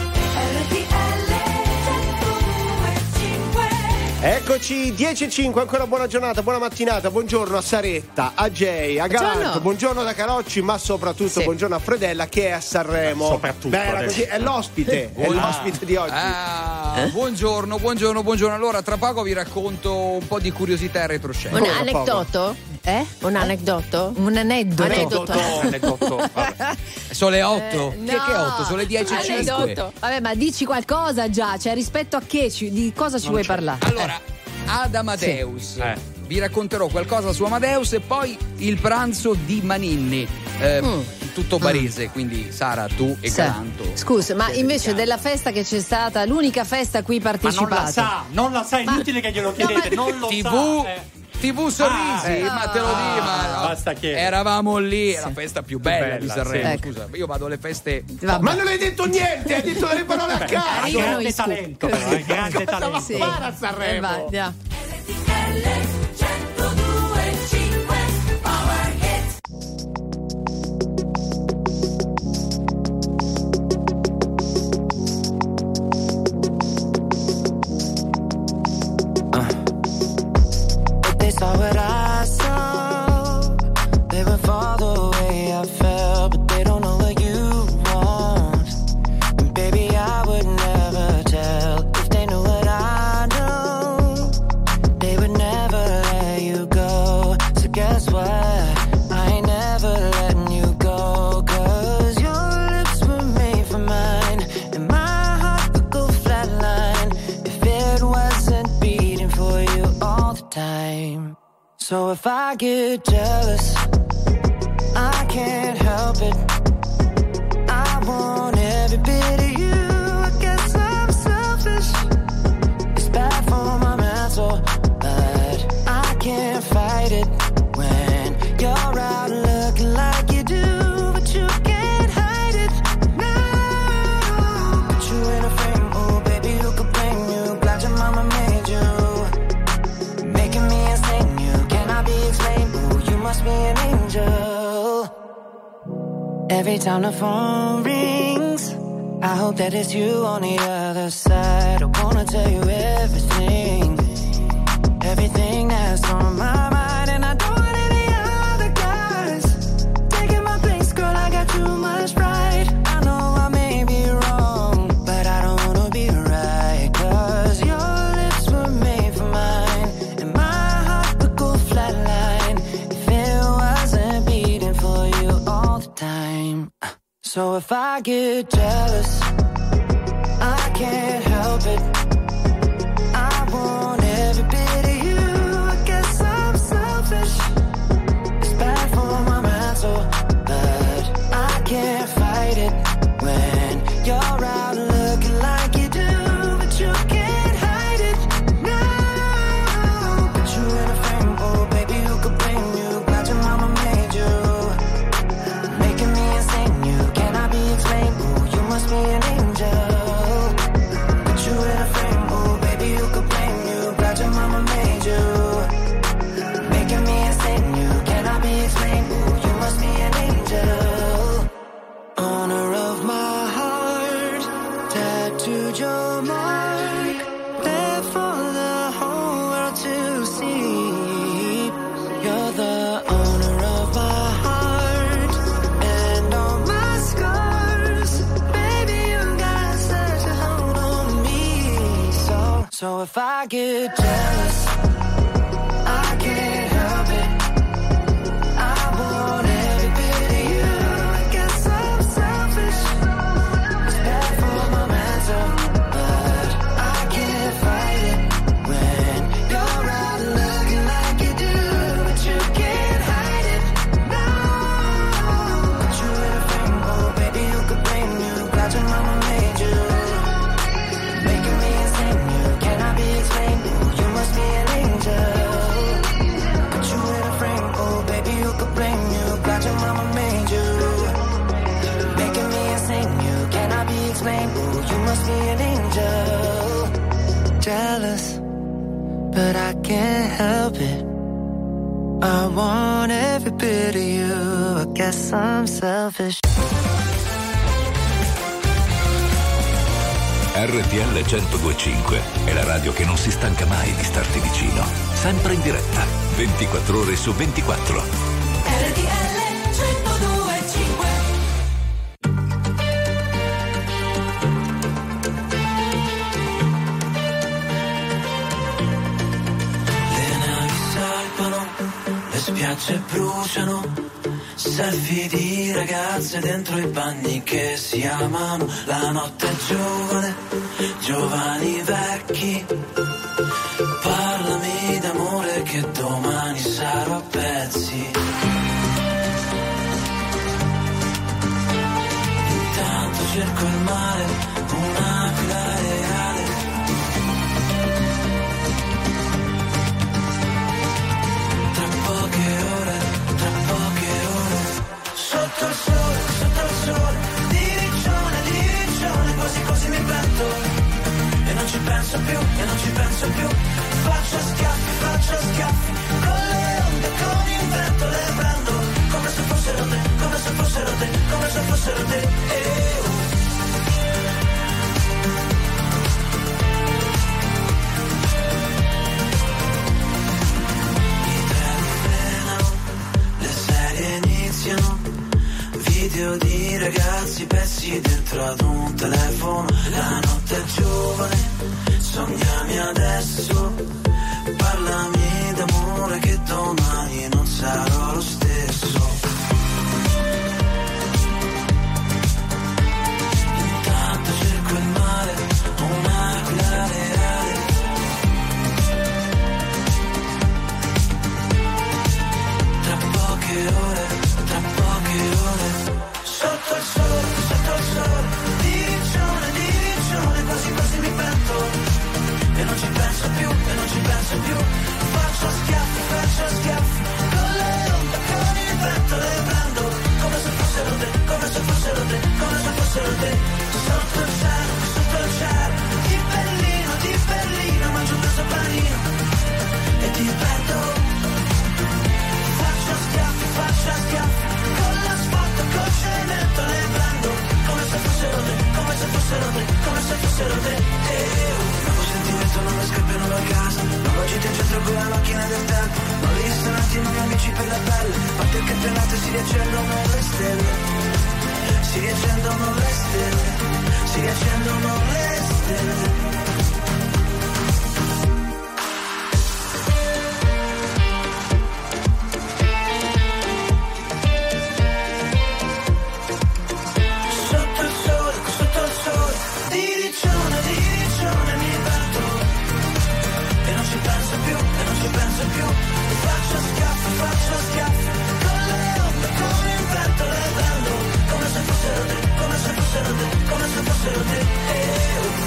Eccoci, dieci e cinque, ancora buona giornata, buona mattinata, buongiorno a Saretta, a Jay, a Galanto, Buongiorno. buongiorno da Carocci, ma soprattutto Sì. buongiorno a Fredella che è a Sanremo. Soprattutto Beh, era adesso. così, è l'ospite, è Buona- l'ospite di oggi. Ah, buongiorno, buongiorno, buongiorno. Allora, tra poco vi racconto un po' di curiosità e retroscena. Un Come, aneddoto? Eh? Un aneddoto? Un aneddoto. Aneddoto. Aneddoto, vabbè. Sono le otto? Eh, che, che no. otto? Sono le dieci e cinque. Aneddoto. Vabbè, ma dici qualcosa già, cioè rispetto a che, ci- di cosa ci Non vuoi c'è. parlare? Allora, ad Amadeus. Sì. Eh. Vi racconterò qualcosa su Amadeus e poi il pranzo di Maninni. Eh, Mm. Tutto barese, quindi Sara, tu e Sì. Galanto. Scusa, ma Siete invece di casa. della festa che c'è stata, l'unica festa a cui Ma non partecipate. la sa, non la sa, è Ma- inutile che glielo No, chiedete, ma- non lo T V sa. eh. T V Sorrisi, Ah, eh. ma te lo dico, ma no. Basta chiedere. Eravamo lì, è la festa più bella, bella, di Sanremo. sì. Scusa, io vado alle feste. Vabbè. Ma non hai detto niente, hai detto delle parole a Ha caso. io non grande scoop. talento, però, eh, grande talento. Sì. Fare a Eh, Sanremo. va, andiamo. saw what I saw. They would fall the way I felt, but they don't know what you want. And baby, I would never tell if they knew what I know. They would never let you go. So guess what? I ain't never letting you go. Cause your lips were made for mine, and my heart would go flatline if it wasn't beating for you all the time. So if I get jealous, I can't help it. I want every bit of you. I guess I'm selfish. It's bad for my mental, but I can't fight it when you're out looking like you do, but you can't hide it. No, put you in a frame, oh baby, who could blame you? Glad your mama made you, making me insane. You cannot be explained. Oh, you must be an angel. Every time the phone rings, I hope that it's you on the other side. I wanna tell you everything, everything that's on my mind. And I don't want any other guys taking my place, girl, I got too much pride. I know I may be wrong, but I don't wanna be right. Cause your lips were made for mine, and my heart would go flatline if it wasn't beating for you all the time. So if I get jealous, I can't help it. I want every bit of you. I guess I'm selfish. It's bad for my mental, but I can't fight it when you're out looking like you do, but you can't hide it. No, put you in a frame, oh baby, who could blame you? Glad your mama made you, making me insane. You cannot be explained. Oh, you must be an angel. Put you in a frame, oh baby, who could blame you? Glad your mama made you, making me insane. You cannot be explained. Oh, you must be an angel. Owner of my heart, tattooed your mark, there for the whole world to see. You're the owner of my heart and all my scars. Baby, you got such a hold on me. So, so if I get jealous, I can't help it. I want every bit of you. I guess I'm selfish. It's bad for my mental, but I can't fight it when you're out looking like you do, but you can't hide it. No, put you in a frame, oh baby, who could blame you? Glad your mama made you, making me insane. You cannot be explained. Oh, you must be an angel. Put you in a frame, oh baby, who could blame you? Glad your mama made you, making me insane. You cannot be explained. Oh, you must be an angel. Jealous, but I can't help it. I want every bit of you. I guess I'm selfish. R T L centodue e cinque è la radio che non si stanca mai di starti vicino. Sempre in diretta, ventiquattro ore su ventiquattro. R T L centodue e cinque. Le navi salpano, le spiagge bruciano, selfie di ragazze dentro i bagni che si amano. La notte è giovane, giovani vecchi. Parlami d'amore che domani sarò a pezzi. Intanto cerco il mare, un'aquila reale. Tra poche ore, tra poche ore, sotto il sole, sotto il sole, di riccione, di riccione, quasi quasi mi petto. E non ci penso più, e non ci penso più. Faccio schiaffi, faccio schiaffi, con le onde, con il vento le prendo, come se fossero te, come se fossero te, come se fossero te. Eh, oh. video di ragazzi persi dentro ad un telefono. La notte è giovane, sognami adesso. Parlami d'amore che domani non sarò lo stesso. Intanto cerco il mare, un'aquila reale. Tra poche ore, tra poche ore. Sotto il sole, sotto il sole. Diriccione, diriccione, quasi quasi mi pento. E non ci penso più, e non ci penso più. Faccio schiaffi, faccio schiaffi. Con le onde, con il vento le prendo. Come se fossero te, come se fossero te, come se fossero te. Sotto il cielo, sotto il cielo. Di Berlino, di Berlino, mangio un pezzo panino. E ti perdo. Faccio schiaffi, faccio schiaffi. Con l'asfalto, col cemento le prendo. Come se fossero te, come se fossero te, come se fossero te. E non mi scappiano da casa, non agito in centro con la macchina del tempo. Non li sto un attimo gli amici per la pelle. Batte il campionato e si riaccendono le stelle. Si riaccendono le stelle. Si riaccendono le stelle. Sotto il sole, sotto il sole. Diriccione, diriccione mi batto. E non ci penso più, e non ci penso più. Faccio schiaffi, faccio schiaffi. Con le onde, con il vento le prendo. Come se fossero te, come se fossero te, come se fossero te. Eh, oh.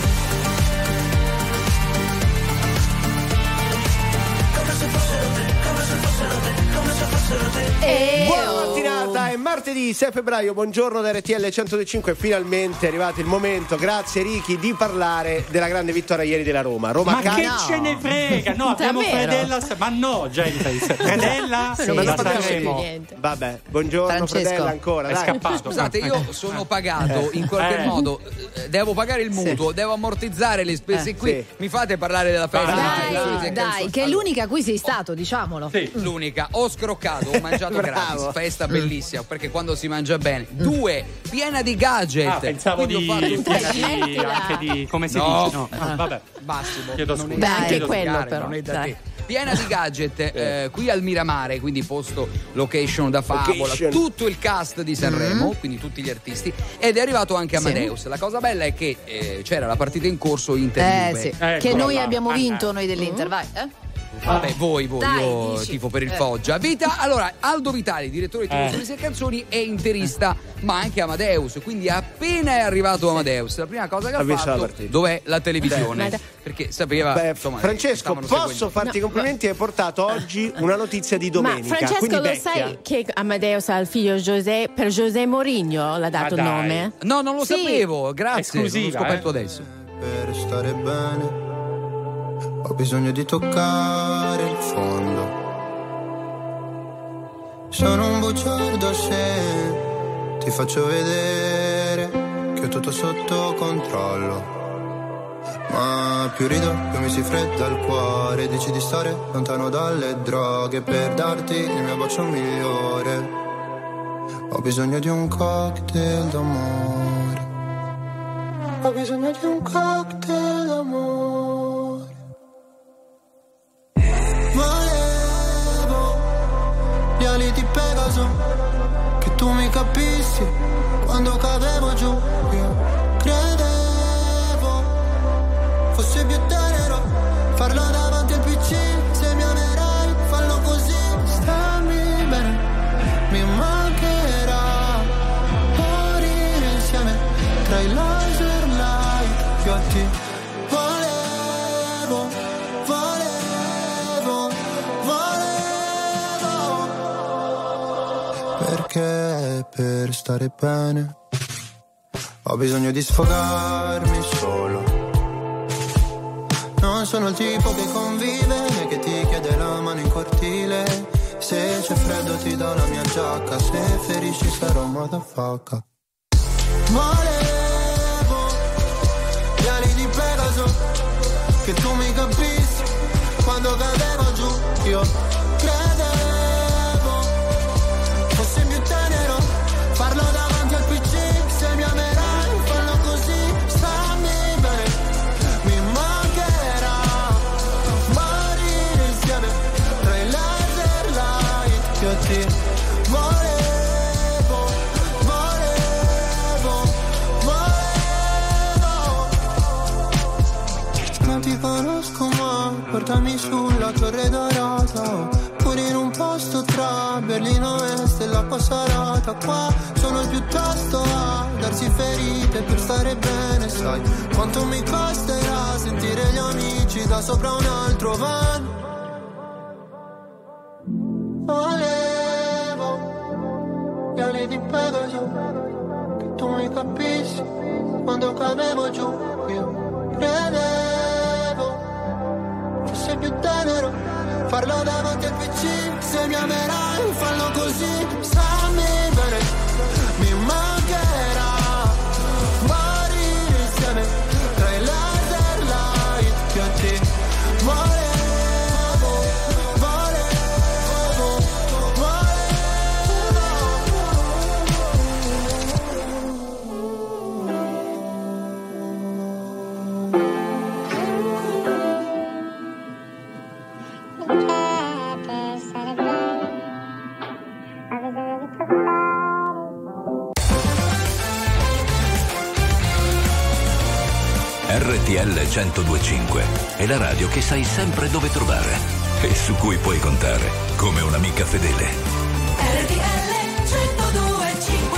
Come se fossero te, come se fossero te, come se fossero te. Eh, buona mattinata, è martedì sei febbraio, buongiorno da R T L centodue e cinque. Finalmente è arrivato il momento, grazie Ricky, di parlare della grande vittoria ieri della Roma. Roma ma can- che no. ce ne frega? No, abbiamo Davvero? Fredella. Ma no, gente, Fredella Sì, sì, non la sappiamo Sanremo. più. Vabbè, buongiorno Francesco. Fredella ancora. È dai. scappato. Scusate, io sono pagato Eh. in qualche Eh. modo, eh, devo pagare il mutuo, devo ammortizzare le spese Eh. qui. Sì. Mi fate parlare della festa? Dai, Dai, dai, che è l'unica a cui sei stato, diciamolo. L'unica, ho scroccato, ho mangiato gratis, festa bellissima, perché quando si mangia bene. Due, piena di gadget. Ah, pensavo Quindi di, ho fatto tutto. di anche di come si No. dice, no. Ah, vabbè. Massimo, Chiedo non scusa. è- Beh, non anche chiedo quello, scusare, però, non è da dai. te. Piena di gadget, eh, qui al Miramare, quindi posto location da favola, Location. tutto il cast di Sanremo, quindi tutti gli artisti, ed è arrivato anche Sì. Amadeus. La cosa bella è che eh, c'era la partita in corso Inter Eh Juve. sì, Eccola che noi là. abbiamo Ah, vinto, noi dell'Inter, vai. Eh? Vabbè, voi, voi, Dai, io dici. tifo per il Eh. Foggia. Vita, allora, Aldo Vitali, direttore di Eh. Televisione e Canzoni, è interista, ma anche Amadeus. Quindi appena è arrivato Amadeus, la prima cosa che Ha ha visto la fatto, partita. dov'è la televisione? Beh. Perché sapeva, Beh, insomma, Francesco, stavano posso seguendo. farti i complimenti? Hai portato oggi una notizia di domenica. Ma Francesco, quindi lo vecchia. sai che Amadeus ha il figlio José, per José Mourinho l'ha dato il dai. nome? No, non lo Sì. sapevo, grazie. Esclusiva, l'ho scoperto eh. adesso. Per stare bene ho bisogno di toccare il fondo. Sono un bugiardo se ti faccio vedere che ho tutto sotto controllo. Ma più rido, più mi si fredda il cuore. Dici di stare lontano dalle droghe per darti il mio bacio migliore. Ho bisogno di un cocktail d'amore. Ho bisogno di un cocktail d'amore. Volevo gli ali di Pegaso, che tu mi capissi quando cadevo giù. Io credevo fosse più tenero farlo davanti al P C. Se mi amerai, fallo così. Stammi bene, mi mancherà morire insieme tra i laser light. Io a te volevo, volevo, volevo. Perché per stare bene ho bisogno di sfogarmi solo. Non sono il tipo che convive né che ti chiede la mano in cortile. Se c'è freddo ti do la mia giacca, se ferisci sarò motherfucker. Volevo gli ali di Pegaso, che tu mi capissi quando cadevo giù. Io credevo fosse più tenero farlo davanti Portami sulla Torre Dorata, pure in un posto tra Berlino Est e la Passarata. Qua sono piuttosto a darsi ferite per stare bene. Sai quanto mi costerà sentire gli amici da sopra un altro van. Volevo gli ali di Pegaso, che tu mi capissi quando cadevo giù. Io credevo fosse più tenero farlo davanti al P C. Se mi amerai fallo così, stammi bene, mi mancherà morire insieme tra i laser light che a te volevo, volevo, R T L centodue e cinque è la radio che sai sempre dove trovare e su cui puoi contare come un'amica fedele. R T L centodue e cinque.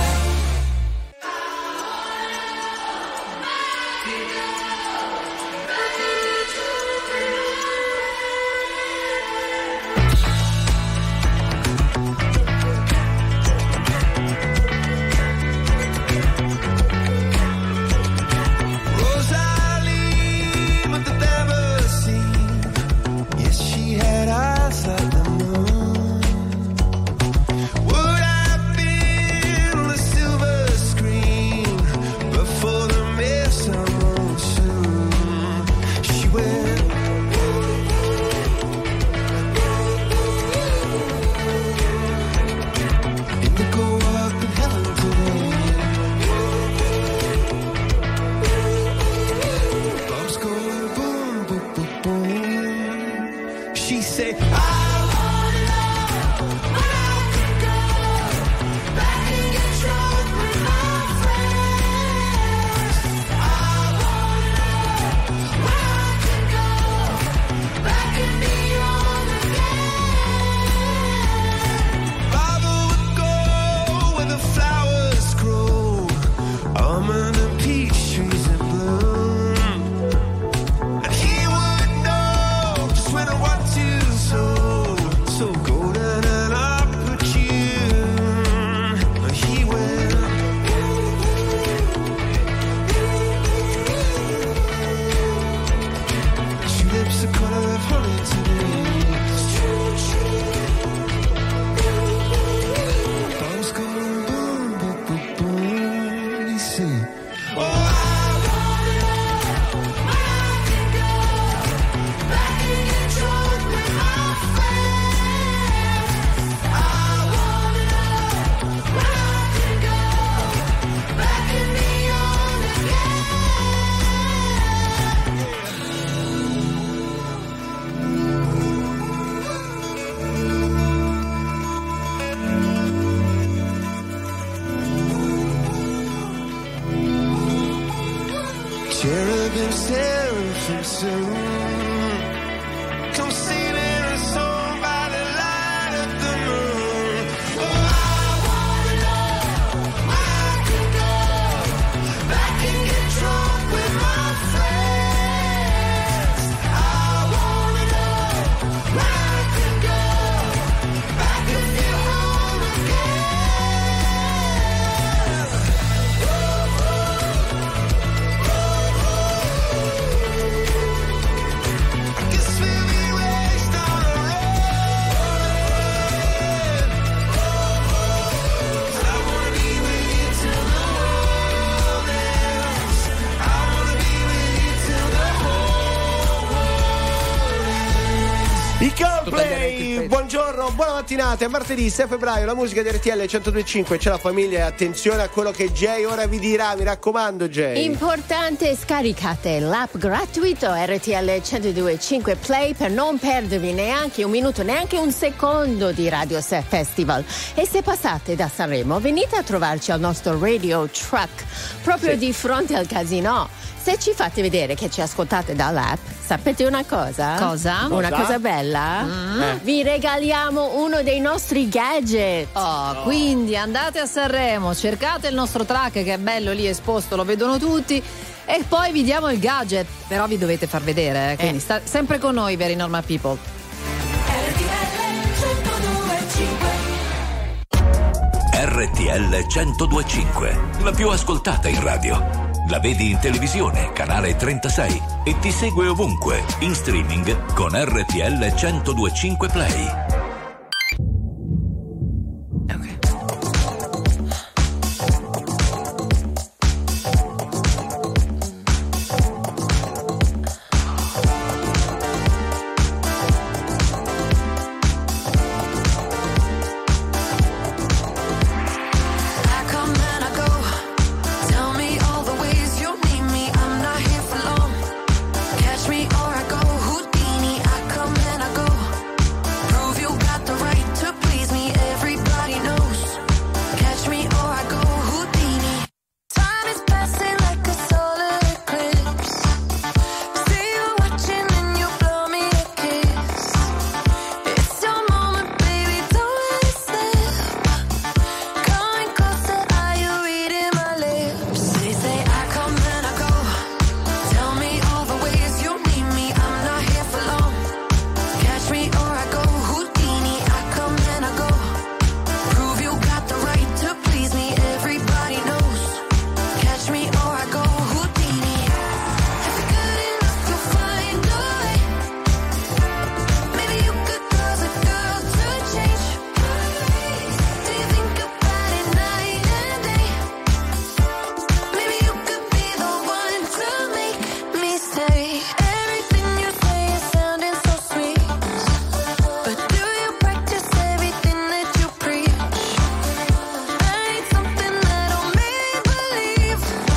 Cherubim, seraphim soon come singing a song by the light of the moon. Oh, I wanna know where I can go back and get drunk with my friends. I wanna know where I can go back and feel home again. I Coldplay, buongiorno, buona mattinata, è martedì sei febbraio, la musica di R T L centodue e cinque, c'è la famiglia e attenzione a quello che Jay ora vi dirà, mi raccomando Jay. Importante, scaricate l'app gratuito R T L centodue e cinque Play per non perdervi neanche un minuto, neanche un secondo di Radio Festival. E se passate da Sanremo venite a trovarci al nostro Radio Truck proprio sì. di fronte al casino. Se ci fate vedere che ci ascoltate dall'app sapete una cosa? Cosa? Una Cosa? cosa bella? Mm. Eh. Vi regaliamo uno dei nostri gadget. Oh, quindi andate a Sanremo, cercate il nostro track che è bello lì esposto, lo vedono tutti. E poi vi diamo il gadget, però vi dovete far vedere, eh? Quindi Eh. sta sempre con noi, Very Normal People. R T L centodue e cinque, la più ascoltata in radio. La vedi in televisione, canale trentasei, e ti segue ovunque, in streaming con R T L centodue e cinque Play. I come and I go. Tell me all the ways you need me. I'm not here for long. Catch me or I go Houdini. I come and I go. Prove you got the right to please me. Everybody knows. Catch me or I go Houdini. Time is passing like a solar eclipse. See you watching and you blow me a kiss. It's your moment, baby. Don't let it slip. Coming closer, are you reading my lips? They say I come and I go. Tell me all the ways you need me. I'm not here for long. Catch me or I go Houdini. I come and I go. Prove you got the right to please me. Everybody knows. Catch me or I go Houdini. If you're good enough, you'll find a way. Maybe you could cause a girl to change. Do you think about it night and day? Maybe you could be the one to make me stay. Everything you say is sounding so sweet, but do you practice everything that you preach? I need something that'll make me believe.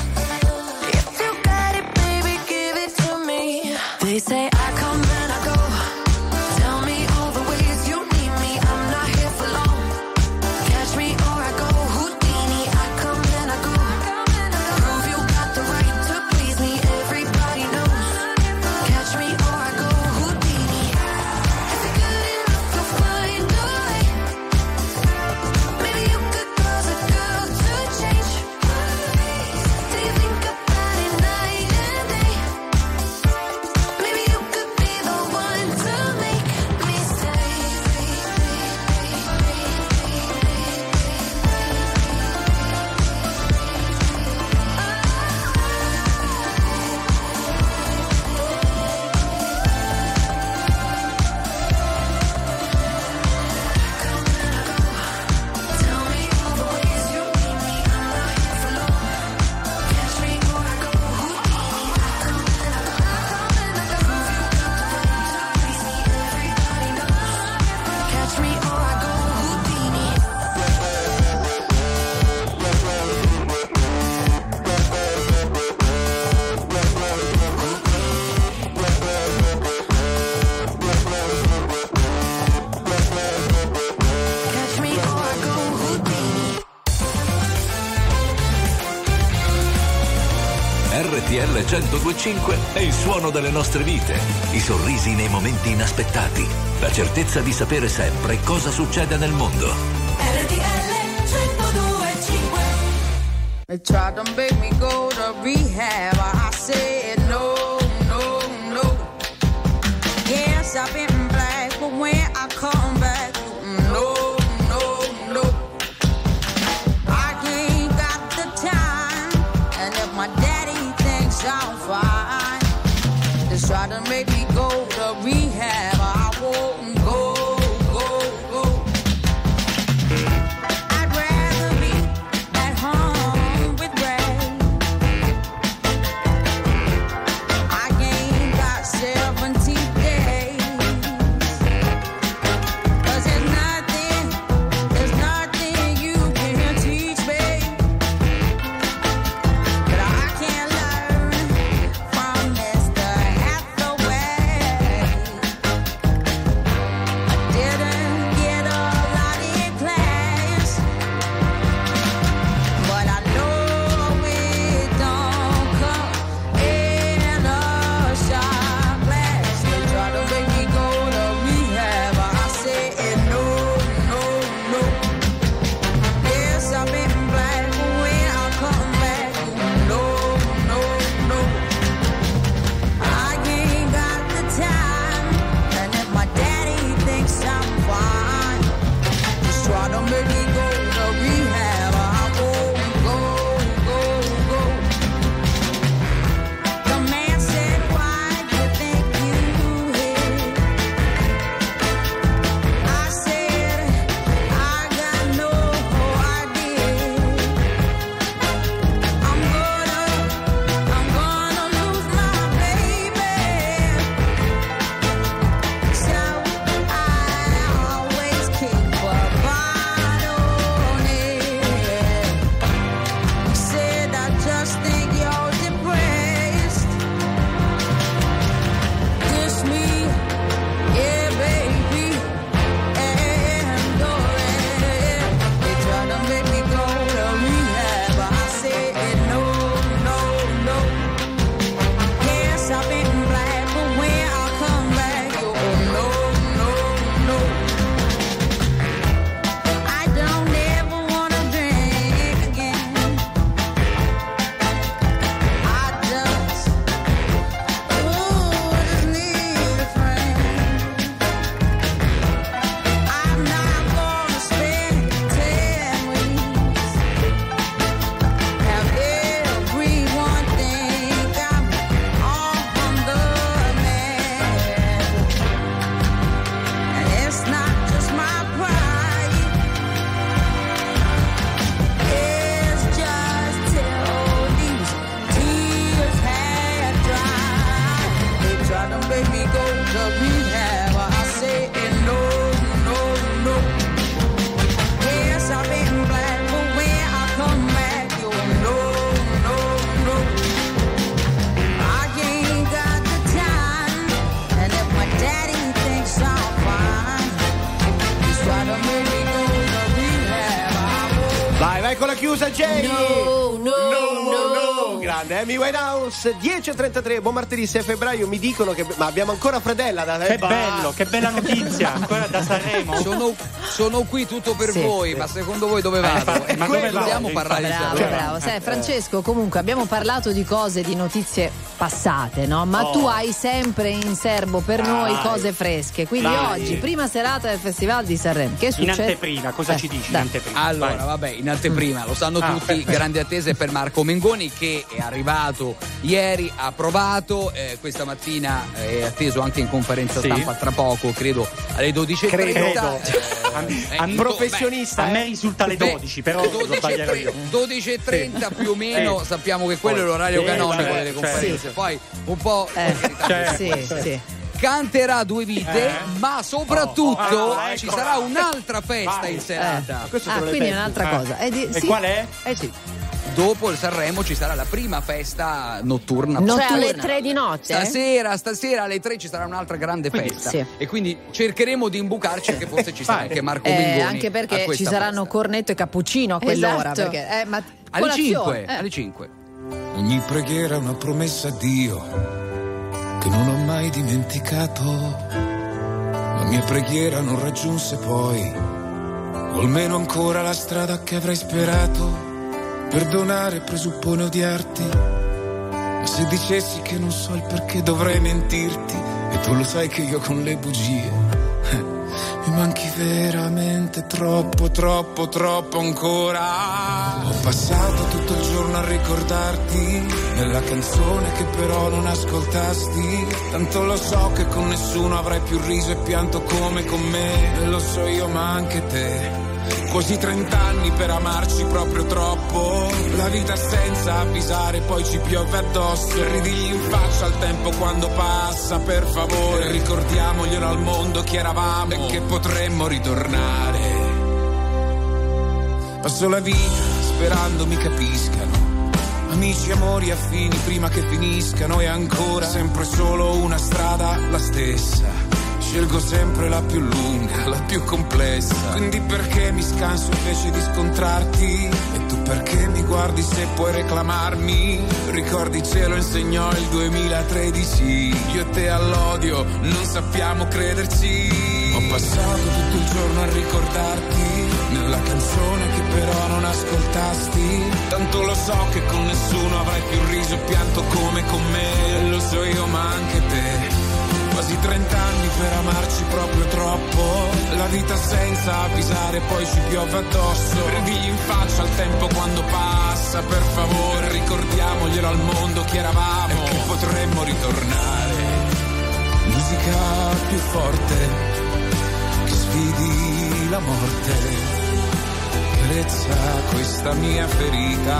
If you got it, baby, give it to me. They say I come and I go. Tell me all the ways you need me. I'm not here for long. Catch me or I go Houdini. I come and I go. Prove you got the right to please me. Everybody knows. Catch me or I go Houdini. If you're good enough, you'll find a way. Maybe you could cause a girl to change. Do you think about it night and day? Maybe you could be the one to make me stay. Tell me all the ways you need me. I'm not here for long. Catch me or I go Houdini. I come and I go. Prove you got the right to please me. Everybody knows. Catch me or I go Houdini. Catch me or I go Houdini. R T L centodue e cinque è il suono delle nostre vite, i sorrisi nei momenti inaspettati, la certezza di sapere sempre cosa succede nel mondo. R T L centodue e cinque. They tried to make me go to rehab. I said no, no, no. Yes, I've been black, but when I come back, no, no, no. I ain't got the time, and if my daddy thinks I'm fine, they try to make me go to rehab. I won't go, go, go. I'd rather be at home with Ray. I ain't got seventeen days. vai con la chiusa, Jay. No, no, no, no, no. Grande, Amy Winehouse. dieci e trentatré, buon martedì sei febbraio. Mi dicono che ma abbiamo ancora Fredella da Che bello, che bella notizia. Ancora da Sanremo. Sono, sono qui tutto per Sì. voi, ma secondo voi dove vado? Eh, ma dove dobbiamo vado? parlare di Bravo, Sanremo. bravo. Sai, Francesco, comunque abbiamo parlato di cose, di notizie passate, no? Ma Oh. tu hai sempre in serbo per Dai. noi cose fresche. Quindi Dai. oggi, prima serata del Festival di Sanremo. Che In succede? anteprima, cosa Eh, ci dici in dai. anteprima? Allora, Vai. vabbè, in anteprima lo sanno Ah, tutti, perfetto. grandi attese per Marco Mengoni che è arrivato ieri, ha provato, eh, questa mattina è atteso anche in conferenza Sì. stampa tra poco, credo alle dodici e trenta. Credo. Eh, A- eh, a- beh, professionista, A eh. me risulta alle Beh, dodici, però lo dodici e sbaglierò tre- io. dodici e trenta più o meno, Sì. sappiamo che quello è Poi- l'orario sì, canonico certo, delle conferenze. certo. Poi un po'. Eh, Certo, sì, certo. sì. Canterà due vite, Eh? ma soprattutto Oh, oh, ci ecco. sarà un'altra festa Vai. in serata. Eh. Questo Ah, te lo quindi è ripeto. un'altra Eh. cosa. Eh, di- E sì. qual è? Eh sì. Dopo il Sanremo ci sarà la prima festa notturna. No. Cioè alle Notturna. tre di notte? Stasera, stasera alle tre ci sarà un'altra grande Quindi, festa. sì. E quindi cercheremo di imbucarci che forse ci sarà Vai. anche Marco Eh, Mengoni. anche a perché questa ci saranno festa. cornetto e cappuccino a quell'ora. Esatto. Perché, eh, ma alle colazione, cinque. eh. Alle cinque. Ogni preghiera è una promessa a Dio che non ho mai dimenticato. La mia preghiera non raggiunse poi, o almeno ancora la strada che avrei sperato. Perdonare presuppone odiarti, ma se dicessi che non so il perché dovrei mentirti, e tu lo sai che io con le bugie eh, mi manchi veramente troppo, troppo, troppo ancora. Ho passato tutto il giorno a ricordarti nella canzone che però non ascoltasti. Tanto lo so che con nessuno avrai più riso e pianto come con me, e lo so io ma anche te. Quasi trent'anni per amarci proprio troppo. La vita senza avvisare, poi ci piove addosso. Ridigli in faccia al tempo quando passa, per favore. Ricordiamoglielo al mondo chi eravamo e che potremmo ritornare. Passo la vita sperando mi capiscano, amici, amori, affini prima che finiscano. E ancora sempre solo una strada, la stessa. Scelgo sempre la più lunga, la più complessa. Quindi perché mi scanso invece di scontrarti? E tu perché mi guardi se puoi reclamarmi? Ricordi ce lo insegnò il duemilatredici. Io e te all'odio non sappiamo crederci. Ho passato tutto il giorno a ricordarti nella canzone che però non ascoltasti. Tanto lo so che con nessuno avrai più riso e pianto come con me. E lo so io ma anche te. Quasi trent'anni per amarci proprio troppo. La vita senza avvisare, poi ci piove addosso. Ridigli in faccia al tempo quando passa, per favore. Ricordiamoglielo al mondo chi eravamo e che potremmo ritornare. Musica più forte che sfidi la morte. Carezza questa mia ferita.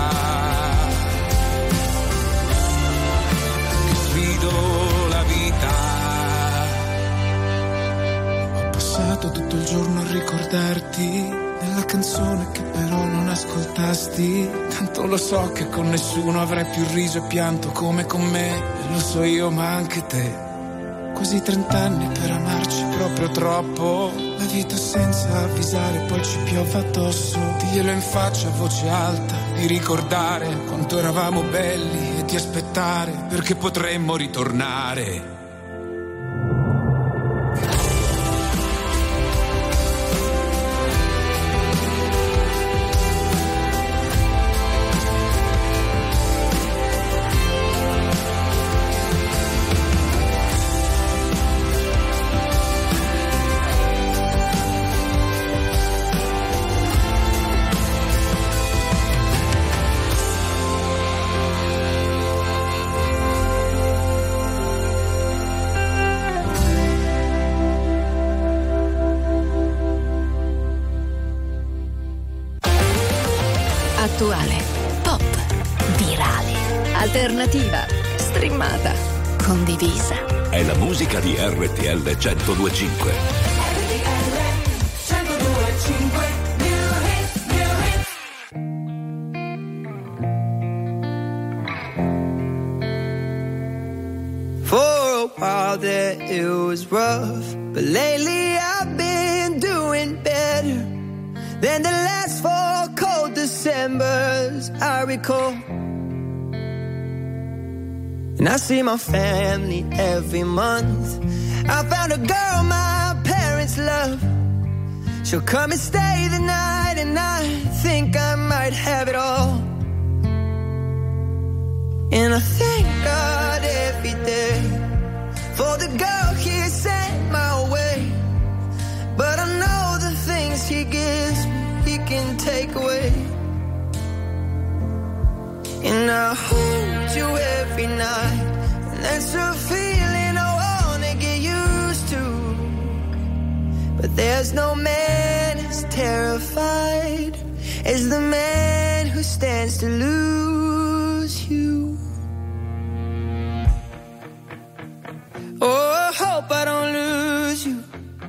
Che sfido la vita. Ho passato tutto il giorno a ricordarti nella canzone che però non ascoltasti. Tanto lo so che con nessuno avrai più riso e pianto come con me, e lo so io ma anche te. Quasi trent'anni per amarci proprio troppo. La vita senza avvisare, poi ci piove addosso. Diglielo in faccia a voce alta, di ricordare quanto eravamo belli e di aspettare perché potremmo ritornare. Attuale, pop, virale, alternativa, streamata, condivisa. È la musica di R T L centodue e cinque. For a while there it was rough, but lately I've been doing better than the last four cold December. I recall. And I see my family every month. I found a girl my parents love. She'll come and stay the night, and I think I might have it all. And I thank God every day for the girl He sent my way. But I know the things He gives me, He can take away. And I hold you every night, and that's a feeling I wanna get used to. But there's no man as terrified as the man who stands to lose you. Oh, I hope I don't lose you.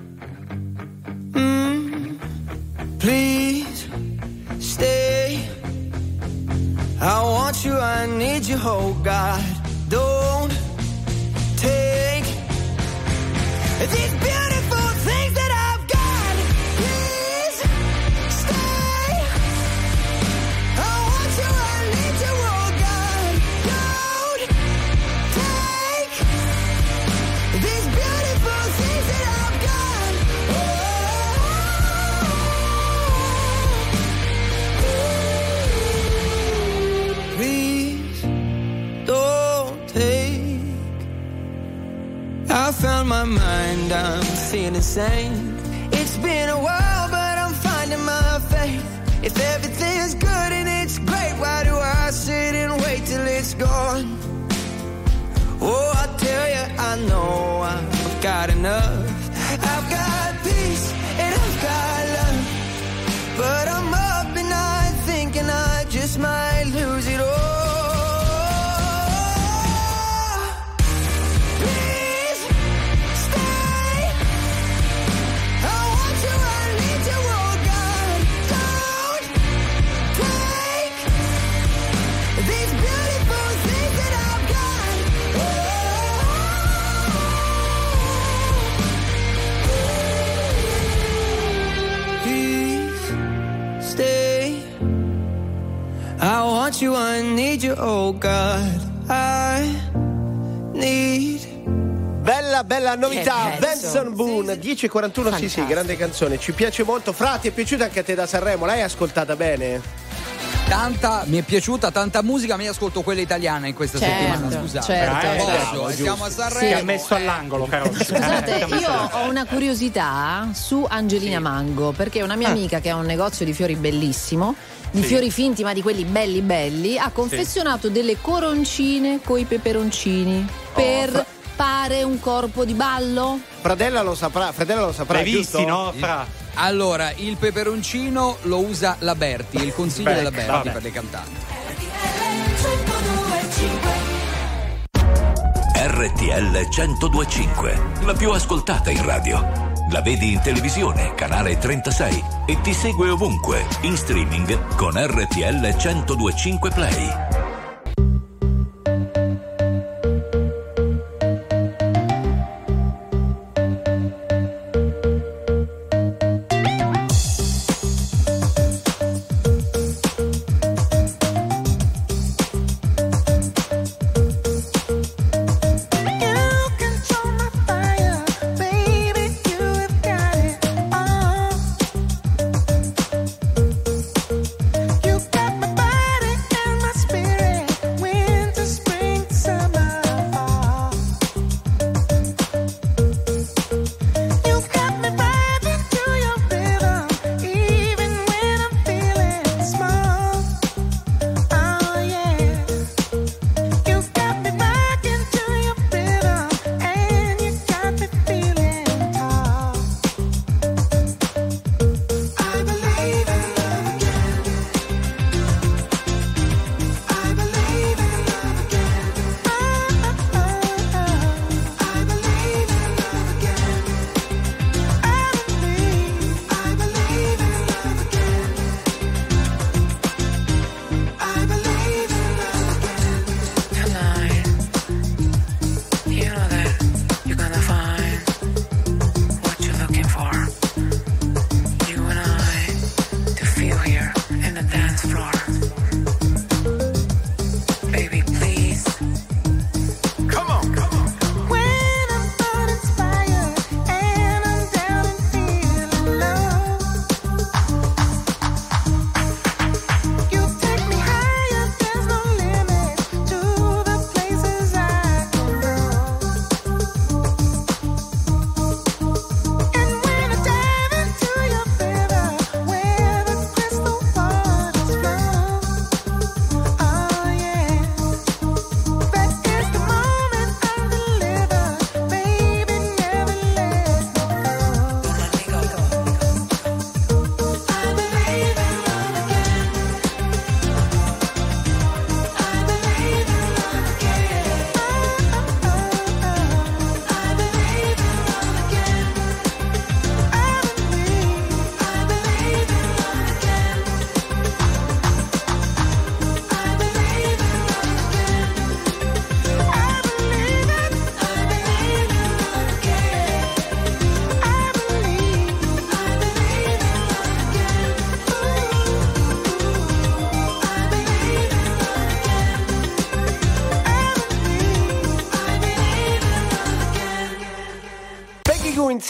Mm, please stay. I want you, I need you, oh God. Don't take these beautiful things that I've got. Please stay. I want you, I need you, oh God. Don't take these beautiful things that I've got. Please don't take. I found my mind, I'm feeling sane. It's been a while, but I'm finding my faith. If everything's good and it's great, why do I sit and wait till it's gone? Oh, I tell you, I know I've got enough. I've got peace and I've got love. But I'm up and I'm thinking I just might lose it all. Please stay. I want you, I need you, oh God. Don't take these beautiful things that I've got. Please stay. I want you, I need you, oh God. I need. Bella, bella novità, Che pezzo. Benson Boone, dieci e quarantuno, sì sì, grande canzone, ci piace molto. Fra, ti è piaciuta anche a te da Sanremo? L'hai ascoltata bene? Tanta, mi è piaciuta, tanta musica, ma io ascolto quella italiana in questa Certo, settimana, scusate. certo. Eh, Bravo, posso, giusto. siamo a Ti Sanremo. ha messo all'angolo, caro. Scusate, io ho una curiosità su Angelina Mango, perché una mia Ah. amica che ha un negozio di fiori bellissimo, di Sì. fiori finti ma di quelli belli belli, ha confezionato delle coroncine coi peperoncini per fra- fare un corpo di ballo. Fradella lo saprà, Fradella lo saprà, L'hai visti, giusto? no? Fra. Allora, il peperoncino lo usa la Berti, il consiglio Beh, della Berti vabbè. per le cantanti. R T L centodue e cinque, la più ascoltata in radio. La vedi in televisione, canale trentasei, e ti segue ovunque, in streaming con R T L centodue e cinque Play. Speak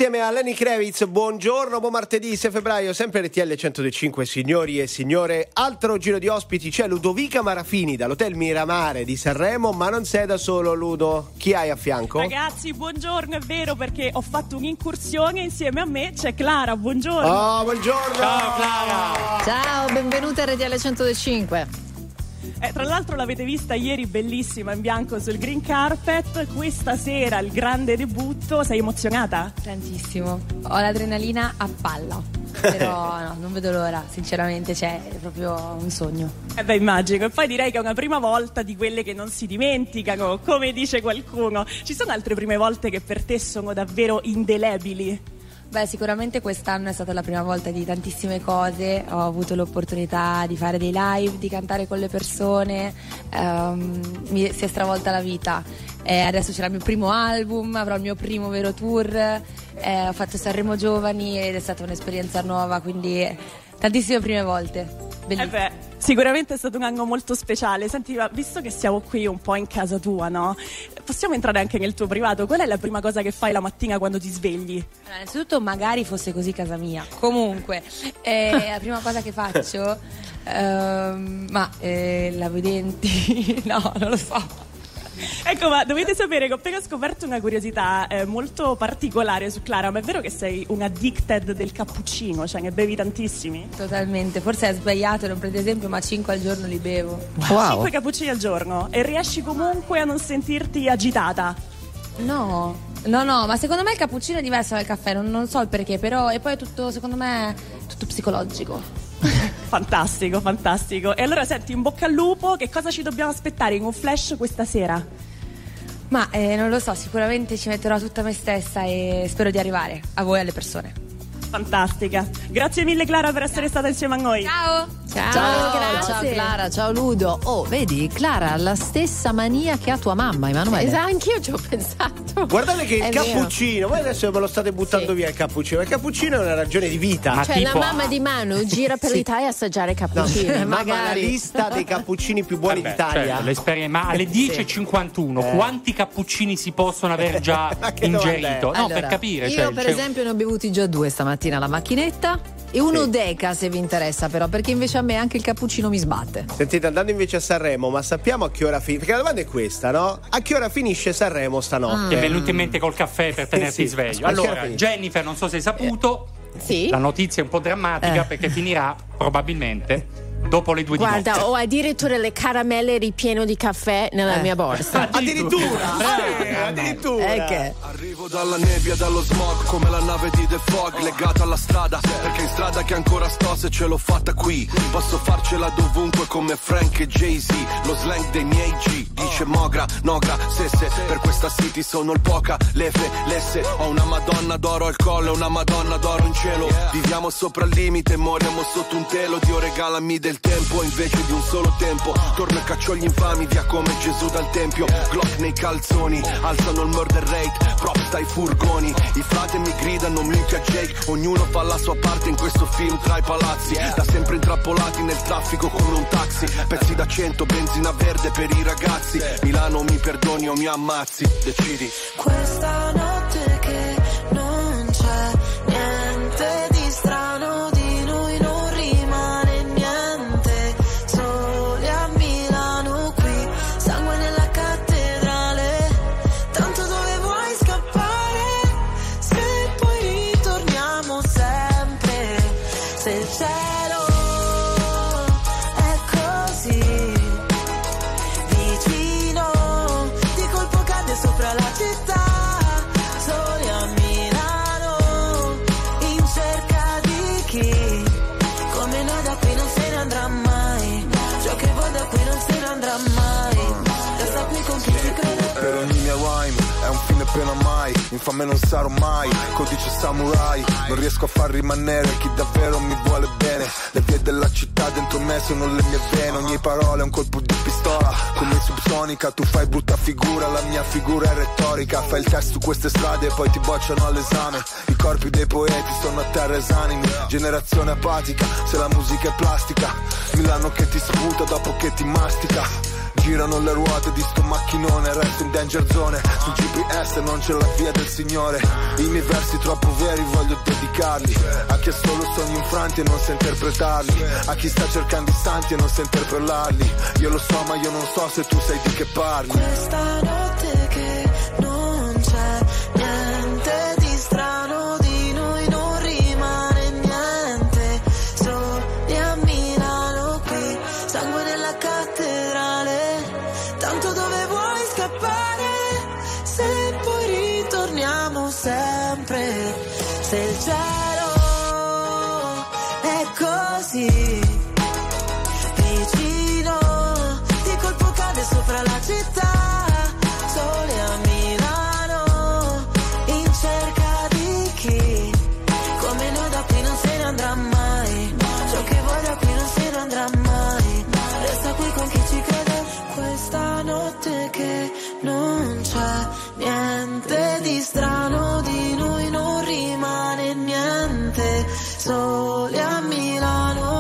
Insieme a Lenny Kravitz, buongiorno, buon martedì sei febbraio, sempre R T L centodue e cinque, signori e signore. Altro giro di ospiti, c'è Ludovica Marafini dall'Hotel Miramare di Sanremo, ma non sei da solo, Ludo. Chi hai a fianco? Ragazzi, buongiorno, è vero, perché ho fatto un'incursione, insieme a me c'è Clara, buongiorno. Oh, buongiorno. Ciao Clara. Ciao, benvenuta a R T L centodue e cinque. Eh, tra l'altro l'avete vista ieri bellissima in bianco sul green carpet, questa sera il grande debutto, sei emozionata? Tantissimo, ho l'adrenalina a palla, però no, non vedo l'ora, sinceramente, cioè, è proprio un sogno. Eh beh, immagino, e poi direi che è una prima volta di quelle che non si dimenticano, come dice qualcuno. Ci sono altre prime volte che per te sono davvero indelebili? Beh, sicuramente quest'anno è stata la prima volta di tantissime cose, ho avuto l'opportunità di fare dei live, di cantare con le persone, um, mi si è stravolta la vita. Eh, adesso c'era il mio primo album, avrò il mio primo vero tour, eh, ho fatto Sanremo Giovani ed è stata un'esperienza nuova, quindi tantissime prime volte. Eh beh, sicuramente è stato un anno molto speciale. Senti, ma visto che siamo qui un po' in casa tua, no? Possiamo entrare anche nel tuo privato? Qual è la prima cosa che fai la mattina quando ti svegli? Allora, innanzitutto magari fosse così casa mia. Comunque, eh, la prima cosa che faccio, ehm, ma eh, lavo i denti, no, non lo so. Ecco, ma dovete sapere che ho appena scoperto una curiosità eh, molto particolare su Clara. Ma è vero che sei un addicted del cappuccino? Cioè ne bevi tantissimi? Totalmente, forse è sbagliato, non prendo esempio, ma cinque al giorno li bevo. Wow. cinque cappuccini al giorno? E riesci comunque a non sentirti agitata? No, no, no, ma secondo me il cappuccino è diverso dal caffè, non, non so il perché, però e poi è tutto, secondo me, tutto psicologico. Fantastico, fantastico. E allora senti, in bocca al lupo, che cosa ci dobbiamo aspettare in un flash questa sera? Ma eh, non lo so, sicuramente ci metterò tutta me stessa e spero di arrivare a voi, alle persone. Fantastica. Grazie mille Clara per essere stata insieme a noi. Ciao. Ciao, Ciao, grazie. Ciao Clara, ciao Ludo. Oh, vedi, Clara ha la stessa mania che ha tua mamma, Emanuele. Esatto, anch'io ci ho pensato. Guardate che il È cappuccino, voi adesso me lo state buttando Sì. via il cappuccino. Il cappuccino è una ragione di vita. Ma cioè la mamma di Manu gira per Sì. l'Italia a assaggiare cappuccino. No, ma la magari. lista dei cappuccini più buoni Vabbè, d'Italia. certo, l'esperie- ma alle dieci e cinquantuno Eh. quanti cappuccini si possono aver già Ma che domanda è? ingerito? No, Allora, per capire. Io cioè, per c'è- esempio ne ho bevuti già due stamattina alla macchinetta e uno Sì. Deca se vi interessa però, perché invece a me anche il cappuccino mi sbatte. Sentite, andando invece a Sanremo, ma sappiamo a che ora finisce? Perché la domanda è questa, no? A che ora finisce Sanremo stanotte? Ti è venuto in mente col caffè per tenerti Sì. sveglio. A che ora Allora, finisce? Jennifer, non so se hai saputo, Sì. la notizia è un po' drammatica Eh. perché finirà probabilmente dopo le due di notte. Guarda, ho addirittura le caramelle ripieno di caffè nella Eh. mia borsa. Addirittura! Sì, addirittura! È che Arrivo dalla nebbia, dallo smog, come la nave di The Fog, legata alla strada, perché in strada che ancora sto se ce l'ho fatta qui. Posso farcela dovunque come Frank e Jay-Z, lo slang dei miei G, dice Mogra, Nogra, Sesse, per questa city sono il poca, lefe, lesse, ho una madonna d'oro al collo e una madonna d'oro in cielo. Viviamo sopra il limite, moriamo sotto un telo, Dio regalami del tempo invece di un solo tempo. Torno e caccio gli infami via come Gesù dal tempio. Glock nei calzoni, alzano il murder rate, props dai furgoni. I frate mi gridano minchia Jake, ognuno fa la sua parte in questo film tra i palazzi. Da sempre intrappolati nel traffico come un taxi, pezzi da cento, benzina verde per i ragazzi. Milano mi perdoni o mi ammazzi, decidi. Questa notte che non c'è niente di strano, di noi non rimane niente, soli a Milano qui, sangue nella cattedrale, tanto dove vuoi scappare, se poi ritorniamo sempre, se il cielo è così vicino, di colpo cade sopra la città, soli a Milano, in cerca di chi, come noi da qui non se ne andrà mai, ciò che vuoi da qui non se ne andrà mai, resta qui con chi ci crede. Per ogni mia rhyme è un fine pena mai, infame non sarò mai, codice samurai, non riesco a far rimanere chi davvero mi vuole bene. Le vie della città dentro me sono le mie vene, ogni parola è un colpo di pistola, come subsonica, tu fai brutta figura, la mia figura è retorica, fai il test su queste strade e poi ti bocciano all'esame. I corpi dei poeti sono a terra esanimi, generazione apatica, se la musica è plastica, Milano che ti sputa dopo che ti mastica. girano le ruote di sto macchinone, resto in danger zone. Sul G P S non c'è la via del Signore. I miei versi troppo veri voglio dedicarli a chi ha solo sogni infranti e non sa interpretarli, a chi sta cercando istanti e non sa interpellarli. Io lo so ma io non so se tu sai di che parli. Questa notte che non c'è niente di strano, di noi non rimane niente, soli a Milano qui, sangue nella cattedrale, tanto dove vuoi scappare, se poi ritorniamo sempre, se il cielo è così vicino, di colpo cade sopra la città, sole a Milano, in cerca di chi, come noi da qui non se ne andrà mai, ciò che vuoi da qui non se ne andrà mai, resta qui con chi ci crede, questa notte che non c'è niente di strano, di noi non rimane niente, sole a Milano.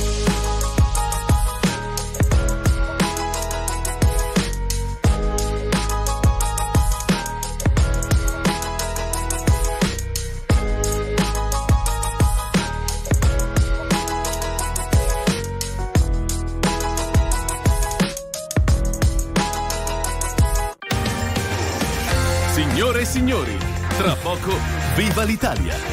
Signore e signori, tra poco viva l'Italia!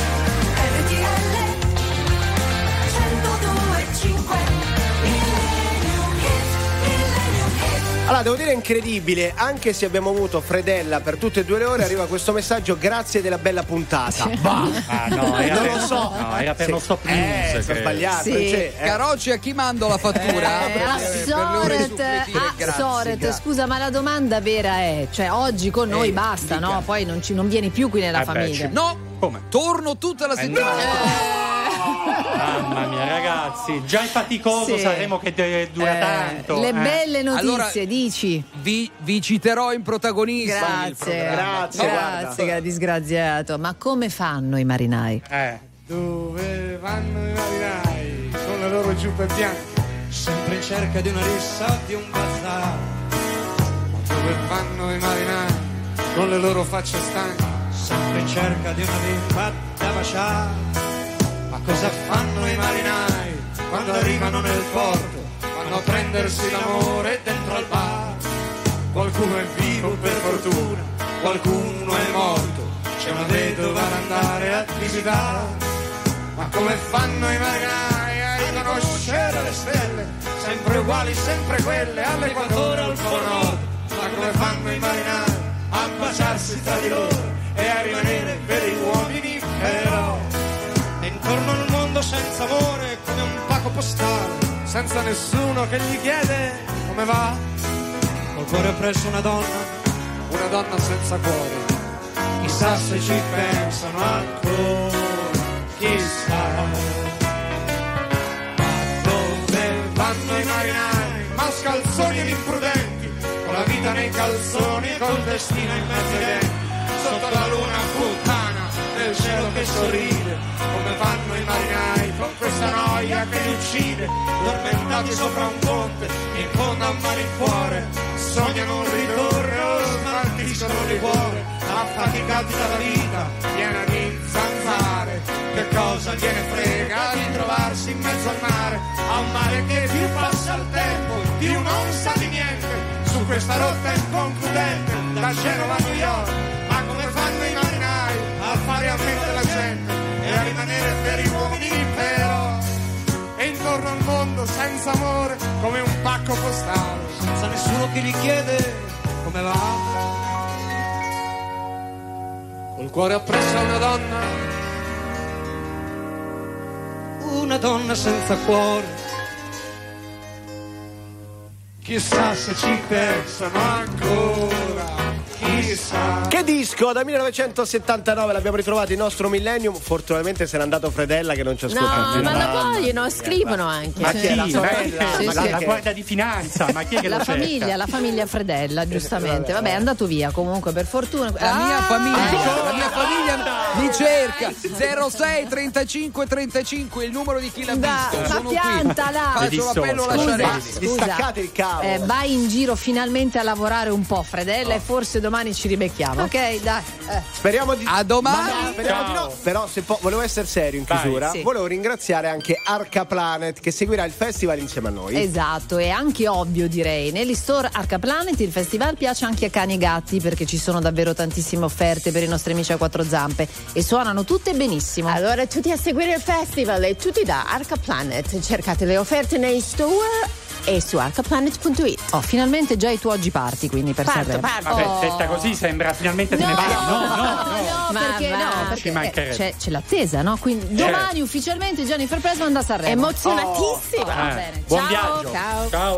Allora, devo dire incredibile, anche se abbiamo avuto Fredella per tutte e due le ore, arriva questo messaggio: grazie della bella puntata. Bah, Ah, no, era non per, lo so. no, era per Sì. non so più. Eh, sto sbagliato. Sì. Cioè, eh. Carocci, a chi mando la fattura? Eh, Per- a per le ore Soret, suppletive. a Grazie, Soret, grazie. scusa, ma la domanda vera è, cioè oggi con noi Ehi, basta, dica. no? Poi non, ci, non vieni più qui nella Eh beh, famiglia. ci- No, Come? torno tutta la settimana. Mamma mia, ragazzi, già è faticoso, Sì. Sanremo che de- dura Eh, tanto. le eh. belle notizie, Allora, dici. Vi, vi citerò in protagonista. il Grazie, programma. Grazie, grazie, gra- disgraziato. Ma come fanno i marinai? Eh. Dove vanno i marinai con le loro giuppe bianche, sempre in cerca di una rissa o di un bazar? Dove vanno i marinai con le loro facce stanche, sempre in cerca di una bimba da baciare? Ma cosa fanno i marinai quando arrivano nel porto? Vanno a prendersi l'amore dentro al bar. Qualcuno è vivo per fortuna, qualcuno è morto, c'è una vedova da andare a visitare. Ma come fanno i marinai a riconoscere le stelle, sempre uguali, sempre quelle, all'equatore o al polo nord? Ma come fanno i marinai a baciarsi tra di loro e a rimanere veri uomini però? E intorno al mondo senza amore, come un pacco postale, senza nessuno che gli chiede come va. Col cuore presso una donna, una donna senza cuore, chissà se ci pensano ancora, chissà. Ma dove vanno i marinai, mascalzoni ed imprudenti, con la vita nei calzoni e col destino in mezzo ai denti, sotto la luna puttana, nel cielo che sorride, come fanno i marinai con questa noia che li uccide, dormentati sopra un ponte, in fondo a un malincuore, sognano un ritorno, smaltiscono il cuore, affaticati dalla vita, piena di zanzare, che cosa gliene frega di trovarsi in mezzo al mare, a un mare che più passa il tempo, più non sa di niente, su questa rotta inconcludente, da Genova a New York. Ma come fanno i marinai a fare a meno della gente e a rimanere veri uomini però? E intorno al mondo senza amore, come un pacco postale, senza nessuno che gli chiede come va. Col cuore appresso a una donna, una donna senza cuore, chissà se ci pensano ancora. chissà. Che disco? Da millenovecentosettantanove l'abbiamo ritrovato il nostro Millennium. Fortunatamente se n'è andato Fredella che non ci ascolta No, più. ma la vogliono, scrivono anche. Ma Sì, chi? la Ma sorella, chi? ma la, chi la che- guardia di finanza, ma chi è che La lo cerca? famiglia, la famiglia Fredella, giustamente. Vabbè, è andato via comunque, per fortuna. La mia Ah, famiglia, ecco. la mia famiglia mi cerca. zero sei trentacinque trentacinque il numero di chi l'ha Da- visto. ma Sono qui. piantala. Faccio l'appello alla Scusa, Sciarelli. Distaccate il cavo. Eh, vai in giro finalmente a lavorare un po', Fredella, e forse domani ci ribecchiamo, ok? Dai. Eh. Speriamo di A domani. Ma no, speriamo di no. Però se po- volevo essere serio in Vai. chiusura, Sì. volevo ringraziare anche Arca Planet che seguirà il festival insieme a noi. Esatto, è anche ovvio direi. Negli store Arca Planet il festival piace anche a cani e gatti perché ci sono davvero tantissime offerte per i nostri amici a quattro zampe e suonano tutte benissimo. Allora tutti a seguire il festival e tutti da Arca Planet. Cercate le offerte nei store e su arcaplanet punto it. Oh, finalmente già i tuoi oggi parti, quindi per Parto, Sanremo. parto. Vabbè, Oh. detta così sembra finalmente te ne vai. No, no, no. No, Ma perché, va. no, Ci perché mancherebbe. eh, c'è, c'è l'attesa, no? Quindi domani ufficialmente Jennifer Pressman da Sanremo. Emozionatissima. Va Eh, bene. buon Ciao. viaggio. Ciao. Ciao.